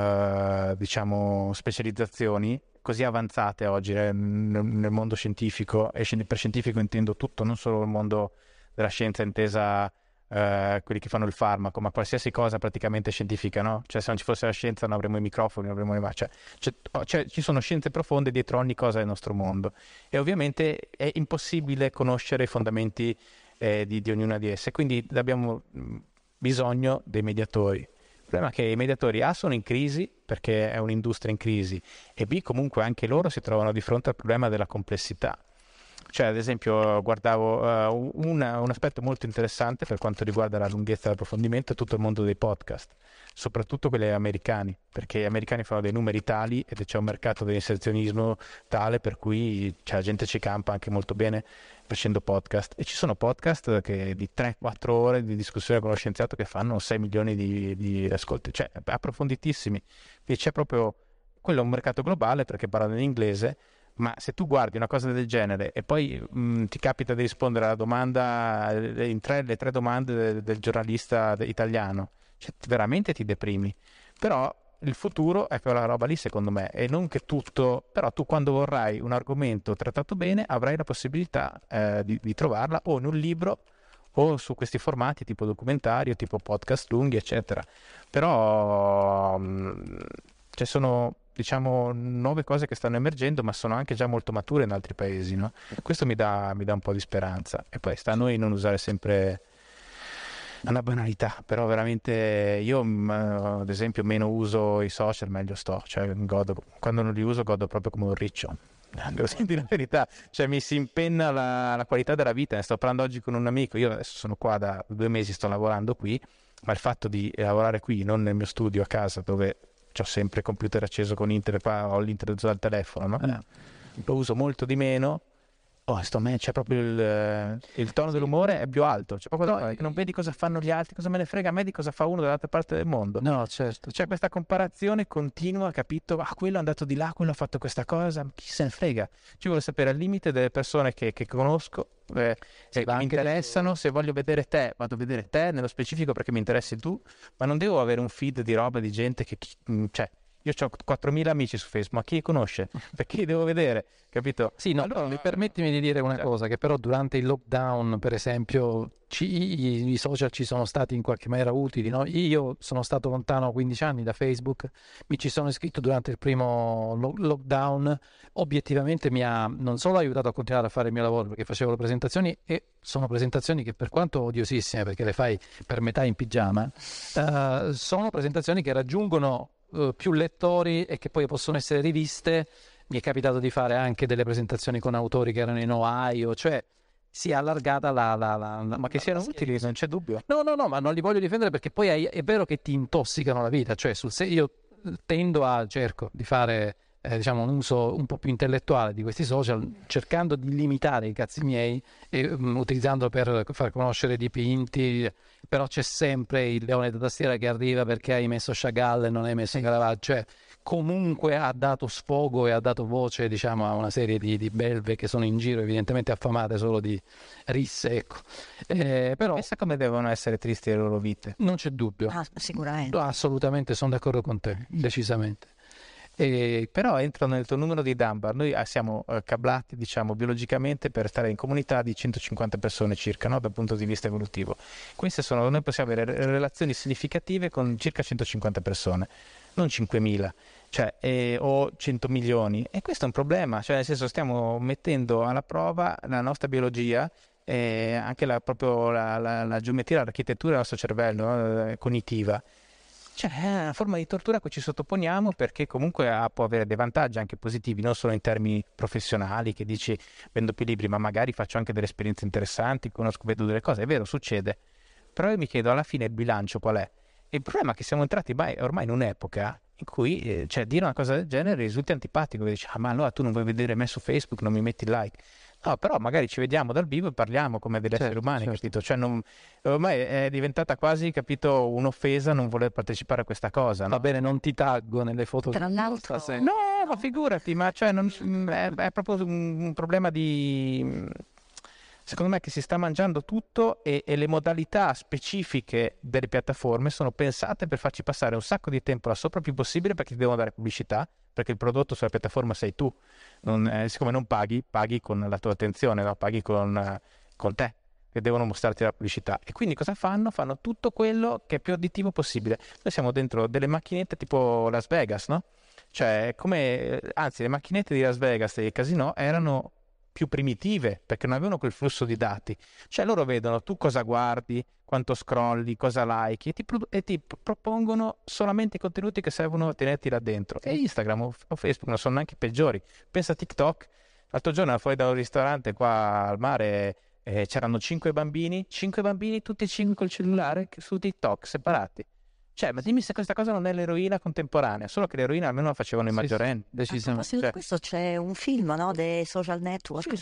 diciamo, specializzazioni così avanzate oggi nel mondo scientifico, e per scientifico intendo tutto, non solo il mondo della scienza intesa quelli che fanno il farmaco, ma qualsiasi cosa praticamente scientifica, no? Cioè se non ci fosse la scienza non avremmo i microfoni, non avremmo ci sono scienze profonde dietro ogni cosa del nostro mondo, e ovviamente è impossibile conoscere i fondamenti di ognuna di esse, quindi abbiamo bisogno dei mediatori. Il problema è che i mediatori sono in crisi perché è un'industria in crisi, e B, comunque anche loro si trovano di fronte al problema della complessità. Cioè, ad esempio, guardavo un aspetto molto interessante per quanto riguarda la lunghezza dell'approfondimento, è tutto il mondo dei podcast, soprattutto quelli americani, perché gli americani fanno dei numeri tali ed c'è un mercato dell'inserzionismo tale per cui la gente ci campa anche molto bene facendo podcast, e ci sono podcast che di 3-4 ore di discussione con lo scienziato che fanno 6 milioni di ascolti, cioè approfonditissimi. Quindi c'è proprio, quello è un mercato globale perché parlano in inglese. Ma se tu guardi una cosa del genere e poi ti capita di rispondere alla domanda, le tre domande del giornalista italiano, cioè, veramente ti deprimi. Però il futuro è quella roba lì, secondo me, e non che tutto, però tu quando vorrai un argomento trattato bene avrai la possibilità di trovarla o in un libro o su questi formati tipo documentario, tipo podcast lunghi, eccetera. Però ci sono, diciamo, nuove cose che stanno emergendo, ma sono anche già molto mature in altri paesi, no? Questo mi dà un po' di speranza, e poi sta a noi non usare sempre una banalità, però veramente io ad esempio meno uso i social meglio sto, cioè quando non li uso godo proprio come un riccio. Devo sentire la verità, cioè mi si impenna la qualità della vita. Ne sto parlando oggi con un amico, io adesso sono qua da 2 mesi, sto lavorando qui, ma il fatto di lavorare qui, non nel mio studio a casa dove ho sempre il computer acceso con internet, qua ho l'internet dal telefono, no? Lo uso molto di meno. C'è proprio il tono dell'umore è più alto, c'è proprio che non vedi cosa fanno gli altri, cosa me ne frega a me di cosa fa uno dall'altra parte del mondo. No, certo. C'è questa comparazione continua, capito? Quello è andato di là, quello ha fatto questa cosa, chi se ne frega. Ci vuole sapere al limite delle persone che conosco, che mi interessano. Se voglio vedere te, vado a vedere te nello specifico perché mi interessi tu, ma non devo avere un feed di roba di gente cioè, io ho 4.000 amici su Facebook, ma chi li conosce? Perché li devo vedere, capito? Sì, no, allora permettimi di dire una cosa, che però durante il lockdown, per esempio, i social ci sono stati in qualche maniera utili, no? Io sono stato lontano 15 anni da Facebook, mi ci sono iscritto durante il primo lockdown, obiettivamente mi ha non solo aiutato a continuare a fare il mio lavoro, perché facevo le presentazioni, e sono presentazioni che, per quanto odiosissime, perché le fai per metà in pigiama, sono presentazioni che raggiungono più lettori e che poi possono essere riviste. Mi è capitato di fare anche delle presentazioni con autori che erano in Ohio, cioè si è allargata ma che siano utili, non c'è dubbio. No, ma non li voglio difendere, perché poi è vero che ti intossicano la vita, cioè io cerco di fare diciamo un uso un po' più intellettuale di questi social, cercando di limitare i cazzi miei e utilizzandolo per far conoscere dipinti, però c'è sempre il leone da tastiera che arriva perché hai messo Chagall e non hai messo Caravaggio, cioè comunque ha dato sfogo e ha dato voce, diciamo, a una serie di belve che sono in giro, evidentemente affamate solo di risse, ecco. Però pensa come devono essere tristi le loro vite. non c'è dubbio. Sicuramente. Assolutamente, sono d'accordo con te, decisamente. Però entrano nel tuo numero di Dunbar. Noi siamo cablati, diciamo, biologicamente per stare in comunità di 150 persone circa, no? Dal punto di vista evolutivo. Noi possiamo avere relazioni significative con circa 150 persone, non 5.000, cioè, o 100 milioni. E questo è un problema, cioè nel senso stiamo mettendo alla prova la nostra biologia, anche proprio la geometria, l'architettura del nostro cervello, no? Cognitiva. Cioè, è una forma di tortura a cui ci sottoponiamo, perché comunque può avere dei vantaggi anche positivi, non solo in termini professionali, che dici vendo più libri, ma magari faccio anche delle esperienze interessanti, vedo delle cose, è vero, succede. Però io mi chiedo alla fine il bilancio qual è? E il problema è che siamo entrati ormai in un'epoca in cui dire una cosa del genere risulta antipatico, che dici, ma allora tu non vuoi vedere me su Facebook, non mi metti il like. No, però magari ci vediamo dal vivo e parliamo come degli esseri umani, capito? Cioè ormai è diventata quasi, capito, un'offesa non voler partecipare a questa cosa, no? Va bene, non ti taggo nelle foto. Tra l'altro, no, ma figurati, ma cioè, è proprio un problema secondo me, che si sta mangiando tutto, e le modalità specifiche delle piattaforme sono pensate per farci passare un sacco di tempo là sopra più possibile, perché ti devono dare pubblicità, perché il prodotto sulla piattaforma sei tu. Siccome non paghi con la tua attenzione, no? Paghi con te, che devono mostrarti la pubblicità. E quindi cosa fanno? Fanno tutto quello che è più additivo possibile. Noi siamo dentro delle macchinette tipo Las Vegas, no? Cioè, anzi, le macchinette di Las Vegas e i casinò erano più primitive, perché non avevano quel flusso di dati. Cioè loro vedono tu cosa guardi, quanto scrolli, cosa like, e ti propongono solamente i contenuti che servono a tenerti là dentro. E Instagram o Facebook non sono neanche peggiori. Pensa a TikTok. L'altro giorno fuori da un ristorante qua al mare, c'erano 5 bambini, tutti e 5 col cellulare su TikTok, separati. Cioè, ma dimmi se questa cosa non è l'eroina contemporanea, solo che l'eroina almeno la facevano i maggiorenni. Decisamente. Di questo c'è un film, no? The Social Network,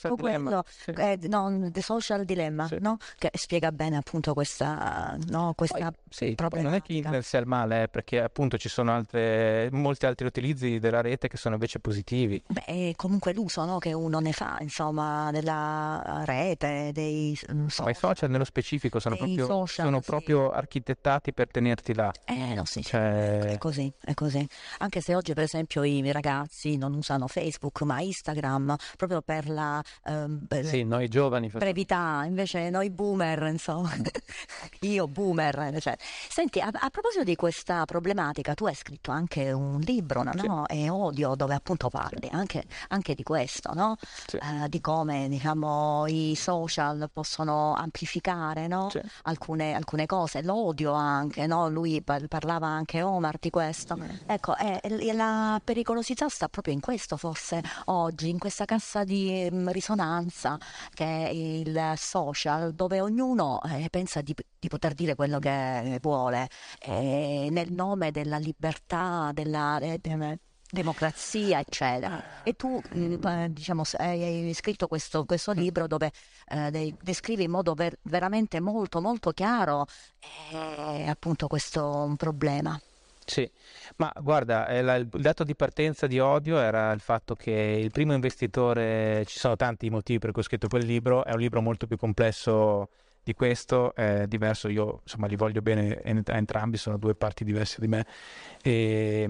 The Social Dilemma, Sì. no? Che spiega bene appunto questa Sì, poi problematica. non è che internet sia il male, perché appunto ci sono molti altri utilizzi della rete che sono invece positivi. Beh, comunque l'uso, no, che uno ne fa, insomma, della rete, dei Ma i social nello specifico sono dei proprio, social, sono sì. proprio architettati per tenerti là. No, sì, Cioè, è così. Anche se oggi, per esempio, i ragazzi non usano Facebook, ma Instagram, proprio per la Sì, noi giovani brevità, invece noi boomer, insomma, io boomer, cioè. Senti, a proposito di questa problematica, tu hai scritto anche un libro, no? Sì. E Odio, dove appunto parli anche di questo, no? Sì. Di come, diciamo, i social possono amplificare, no? Sì. Alcune cose, l'odio anche, no? lui parlava anche Omar di questo. Ecco, e la pericolosità sta proprio in questo, forse oggi, in questa cassa di risonanza che è il social, dove ognuno pensa di poter dire quello che vuole, nel nome della libertà, della democrazia, eccetera. E tu, diciamo, hai scritto questo libro dove descrivi in modo veramente molto, molto chiaro appunto questo problema. Sì, ma guarda, il dato di partenza di Odio era il fatto che il primo investitore, ci sono tanti motivi per cui ho scritto quel libro, è un libro molto più complesso di questo, è diverso, io insomma li voglio bene entrambi, sono due parti diverse di me. E,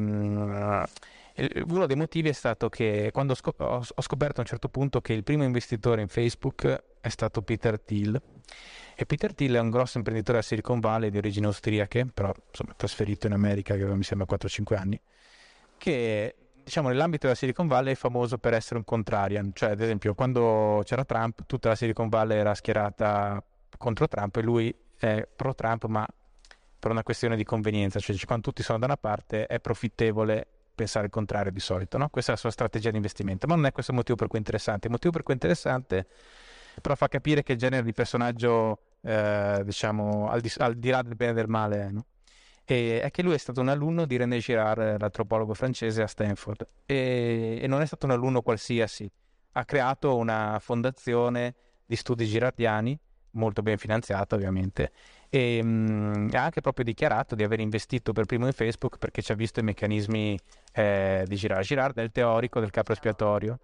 uno dei motivi è stato che quando ho scoperto a un certo punto che il primo investitore in Facebook è stato Peter Thiel. E Peter Thiel è un grosso imprenditore a Silicon Valley di origini austriache, però insomma trasferito in America, che mi sembra 4-5 anni, che diciamo nell'ambito della Silicon Valley è famoso per essere un contrarian, cioè ad esempio quando c'era Trump tutta la Silicon Valley era schierata contro Trump e lui è pro Trump, ma per una questione di convenienza, cioè quando tutti sono da una parte è profittevole pensare il contrario di solito, no? Questa è la sua strategia di investimento, ma non è questo il motivo per cui è interessante. Il motivo per cui è interessante però fa capire che genere di personaggio diciamo al di là del bene e del male, no? E è che lui è stato un alunno di René Girard, l'antropologo francese a Stanford, e non è stato un alunno qualsiasi, ha creato una fondazione di studi girardiani molto ben finanziata ovviamente, e ha anche proprio dichiarato di aver investito per primo in Facebook perché ci ha visto i meccanismi di Girard. Girard è il teorico del capro espiatorio,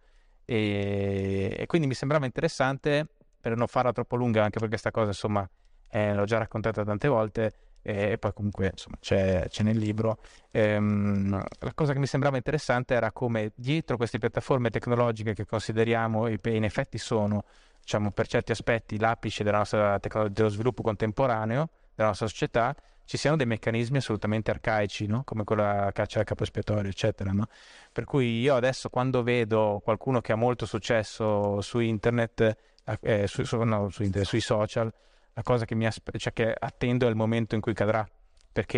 e quindi mi sembrava interessante, per non farla troppo lunga, anche perché questa cosa insomma l'ho già raccontata tante volte, e poi comunque insomma c'è nel libro. La cosa che mi sembrava interessante era come dietro queste piattaforme tecnologiche che consideriamo e in effetti sono, diciamo, per certi aspetti l'apice della nostra dello sviluppo contemporaneo della nostra società, ci siano dei meccanismi assolutamente arcaici, no? Come quella caccia al capo espiatorio, eccetera, no? Per cui io adesso quando vedo qualcuno che ha molto successo su internet, sui social, la cosa che cioè che attendo è il momento in cui cadrà, perché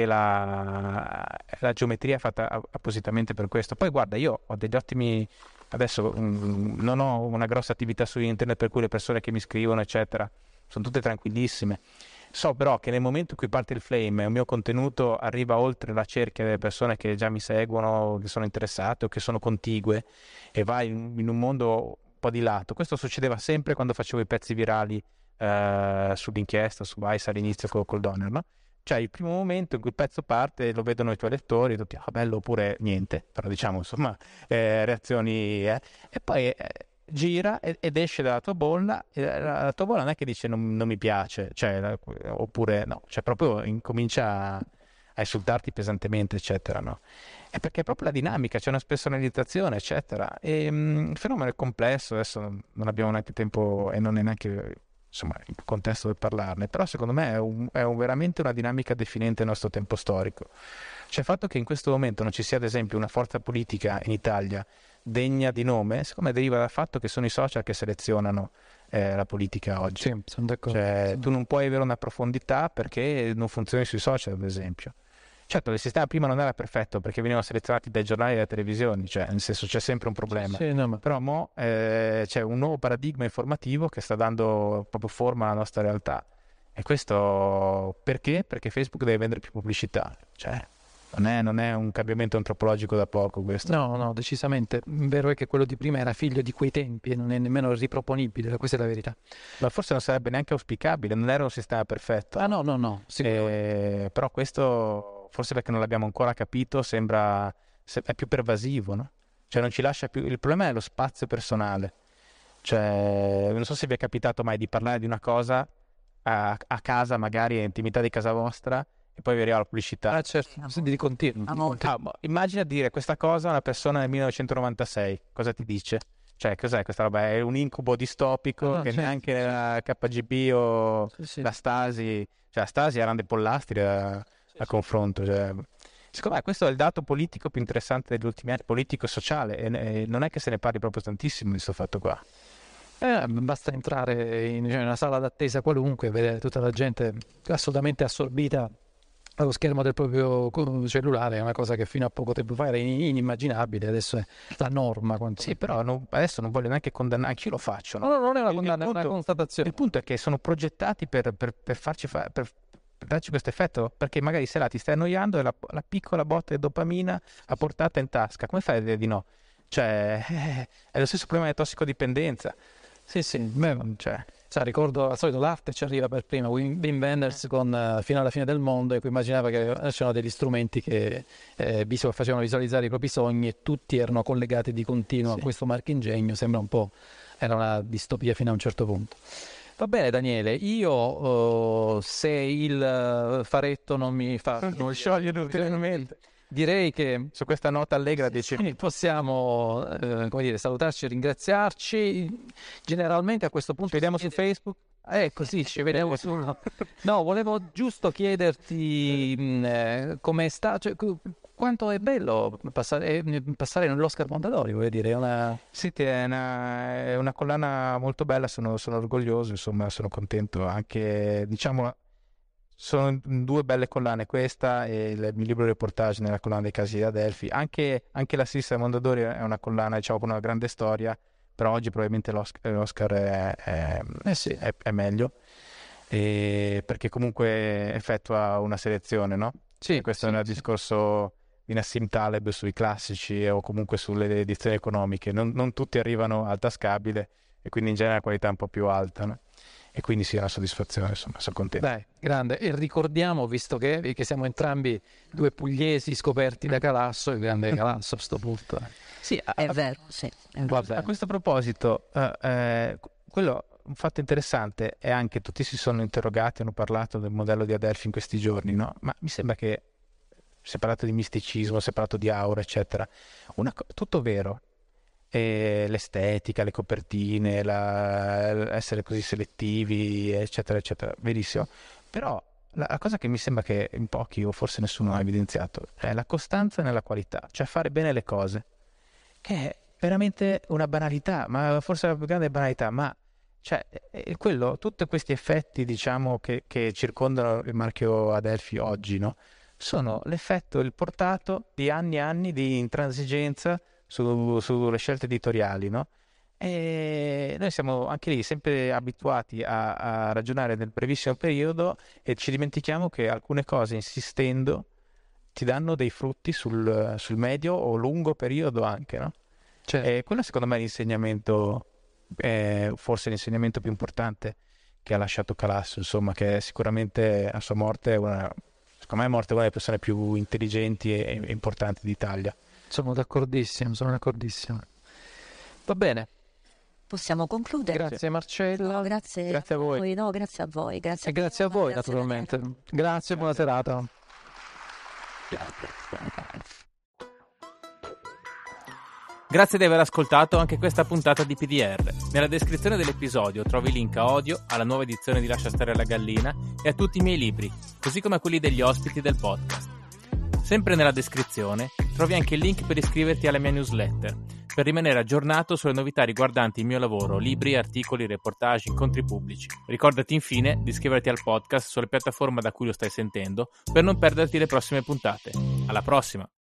la geometria è fatta appositamente per questo. Poi guarda, io ho degli ottimi... Adesso non ho una grossa attività su internet, per cui le persone che mi scrivono, eccetera, sono tutte tranquillissime. So però che nel momento in cui parte il flame e il mio contenuto arriva oltre la cerchia delle persone che già mi seguono, che sono interessate o che sono contigue, e va in un mondo un po' di lato. Questo succedeva sempre quando facevo i pezzi virali sull'inchiesta, su Vice all'inizio col Donner, no? Cioè il primo momento in cui il pezzo parte lo vedono i tuoi lettori, tutti, bello, oppure niente, però diciamo insomma reazioni, e poi gira ed esce dalla tua bolla, e la tua bolla non è che dice non mi piace, cioè, oppure no, cioè proprio incomincia a insultarti pesantemente, eccetera, no? È perché è proprio la dinamica, c'è una spersonalizzazione, eccetera, e il fenomeno è complesso, adesso non abbiamo neanche tempo e non è neanche insomma il contesto per parlarne, però secondo me è veramente una dinamica definente del nostro tempo storico. Cioè il fatto che in questo momento non ci sia ad esempio una forza politica in Italia degna di nome, secondo me deriva dal fatto che sono i social che selezionano la politica oggi. Sì, sono d'accordo. Cioè, Sì. tu non puoi avere una profondità perché non funzioni sui social, ad esempio. Certo, il sistema prima non era perfetto perché venivano selezionati dai giornali e dalle televisioni, cioè nel senso c'è sempre un problema. Sì, no, ma... Però mo c'è un nuovo paradigma informativo che sta dando proprio forma alla nostra realtà. E questo perché? Perché Facebook deve vendere più pubblicità. Cioè, non è un cambiamento antropologico da poco questo. No, decisamente. Vero è che quello di prima era figlio di quei tempi e non è nemmeno riproponibile, questa è la verità. Ma forse non sarebbe neanche auspicabile, non era un sistema perfetto. No, sicuramente. Però questo, forse perché non l'abbiamo ancora capito, sembra è più pervasivo, no? Cioè non ci lascia più... Il problema è lo spazio personale. Cioè, non so se vi è capitato mai di parlare di una cosa a casa, magari, intimità di casa vostra, e poi vi arriva la pubblicità. Certo, di continuo. Immagina dire questa cosa a una persona nel 1996, cosa ti dice? Cioè, cos'è questa roba? È un incubo distopico che certo. neanche la KGB o Sì. la Stasi, cioè la Stasi erano dei pollastri a confronto. Cioè. Secondo me questo è il dato politico più interessante degli ultimi anni, politico e sociale, e non è che se ne parli proprio tantissimo di questo fatto qua. Basta entrare in una sala d'attesa qualunque e vedere tutta la gente assolutamente assorbita allo schermo del proprio cellulare è una cosa che fino a poco tempo fa era inimmaginabile, adesso è la norma. Sì, però adesso non voglio neanche condannare, anch'io lo faccio, no? No, non è una Il condanna, è una punto- constatazione. Il punto è che sono progettati per farci per darci questo effetto, perché magari se là ti stai annoiando e la piccola botta di dopamina a portata in tasca, come fai a dire di no? Cioè, è lo stesso problema di tossicodipendenza. Sì, cioè, ricordo al solito l'arte ci arriva per prima. Wim Wenders con Fino alla fine del mondo, ecco, immaginava che c'erano degli strumenti che facevano visualizzare i propri sogni e tutti erano collegati di continuo a questo marchingegno. Sembra un po', era una distopia fino a un certo punto. Va bene, Daniele, io se il faretto non mi fa Non scioglie ulteriormente. direi che Su questa nota allegra dici, possiamo come dire, salutarci e ringraziarci. Generalmente a questo punto ci vediamo su Facebook? così ci vediamo su. No, volevo giusto chiederti come sta, cioè, quanto è bello passare nell'Oscar Mondadori, voglio dire, è una. Senti, è una collana molto bella, sono orgoglioso, insomma, sono contento. Anche, diciamo, sono due belle collane, questa e il mio libro reportage nella collana dei casi di Adelphi. Anche la Sista Mondadori è una collana, diciamo, con una grande storia, però oggi probabilmente l'Oscar è meglio, perché comunque effettua una selezione, no? Sì, Questo è un discorso di Nassim Taleb sui classici o comunque sulle edizioni economiche. Non tutti arrivano al tascabile e quindi in genere la qualità è un po' più alta, no? E quindi sì, è una soddisfazione, insomma, sono contento. Dai, grande. E ricordiamo, visto che siamo entrambi due pugliesi scoperti da Calasso, il grande Calasso a sto punto. Sì, È vero, sì. È vero. Vabbè. a questo proposito, un fatto interessante è anche tutti si sono interrogati, hanno parlato del modello di Adelphi in questi giorni, no? Ma mi sembra che si è parlato di misticismo, si è parlato di aura, eccetera. Tutto vero. E l'estetica, le copertine, essere così selettivi, eccetera, eccetera, verissimo. Però la cosa che mi sembra che in pochi o forse nessuno ha evidenziato è la costanza nella qualità, cioè fare bene le cose, che è veramente una banalità, ma forse la più grande banalità, ma cioè, tutti questi effetti, diciamo, che circondano il marchio Adelphi oggi, no? Sono l'effetto, il portato di anni e anni di intransigenza sulle scelte editoriali, no? E noi siamo anche lì sempre abituati a ragionare nel brevissimo periodo e ci dimentichiamo che alcune cose, insistendo, ti danno dei frutti sul medio o lungo periodo anche, no? Cioè, E quello secondo me è l'insegnamento, forse l'insegnamento più importante che ha lasciato Calasso, insomma, che sicuramente a sua morte secondo me è morte una delle persone più intelligenti e importanti d'Italia. sono d'accordissimo. Va bene, Possiamo concludere. grazie Marcella. No, grazie Grazie a voi. No, grazie a voi. Grazie E grazie a voi, grazie naturalmente. Grazie, buona serata. Grazie di aver ascoltato anche questa puntata di PDR. Nella descrizione dell'episodio trovi link a Odio, alla nuova edizione di Lascia stare la gallina e a tutti i miei libri, così come a quelli degli ospiti del podcast. Sempre nella descrizione trovi anche il link per iscriverti alla mia newsletter, per rimanere aggiornato sulle novità riguardanti il mio lavoro, libri, articoli, reportage, incontri pubblici. Ricordati infine di iscriverti al podcast sulle piattaforme da cui lo stai sentendo per non perderti le prossime puntate. Alla prossima!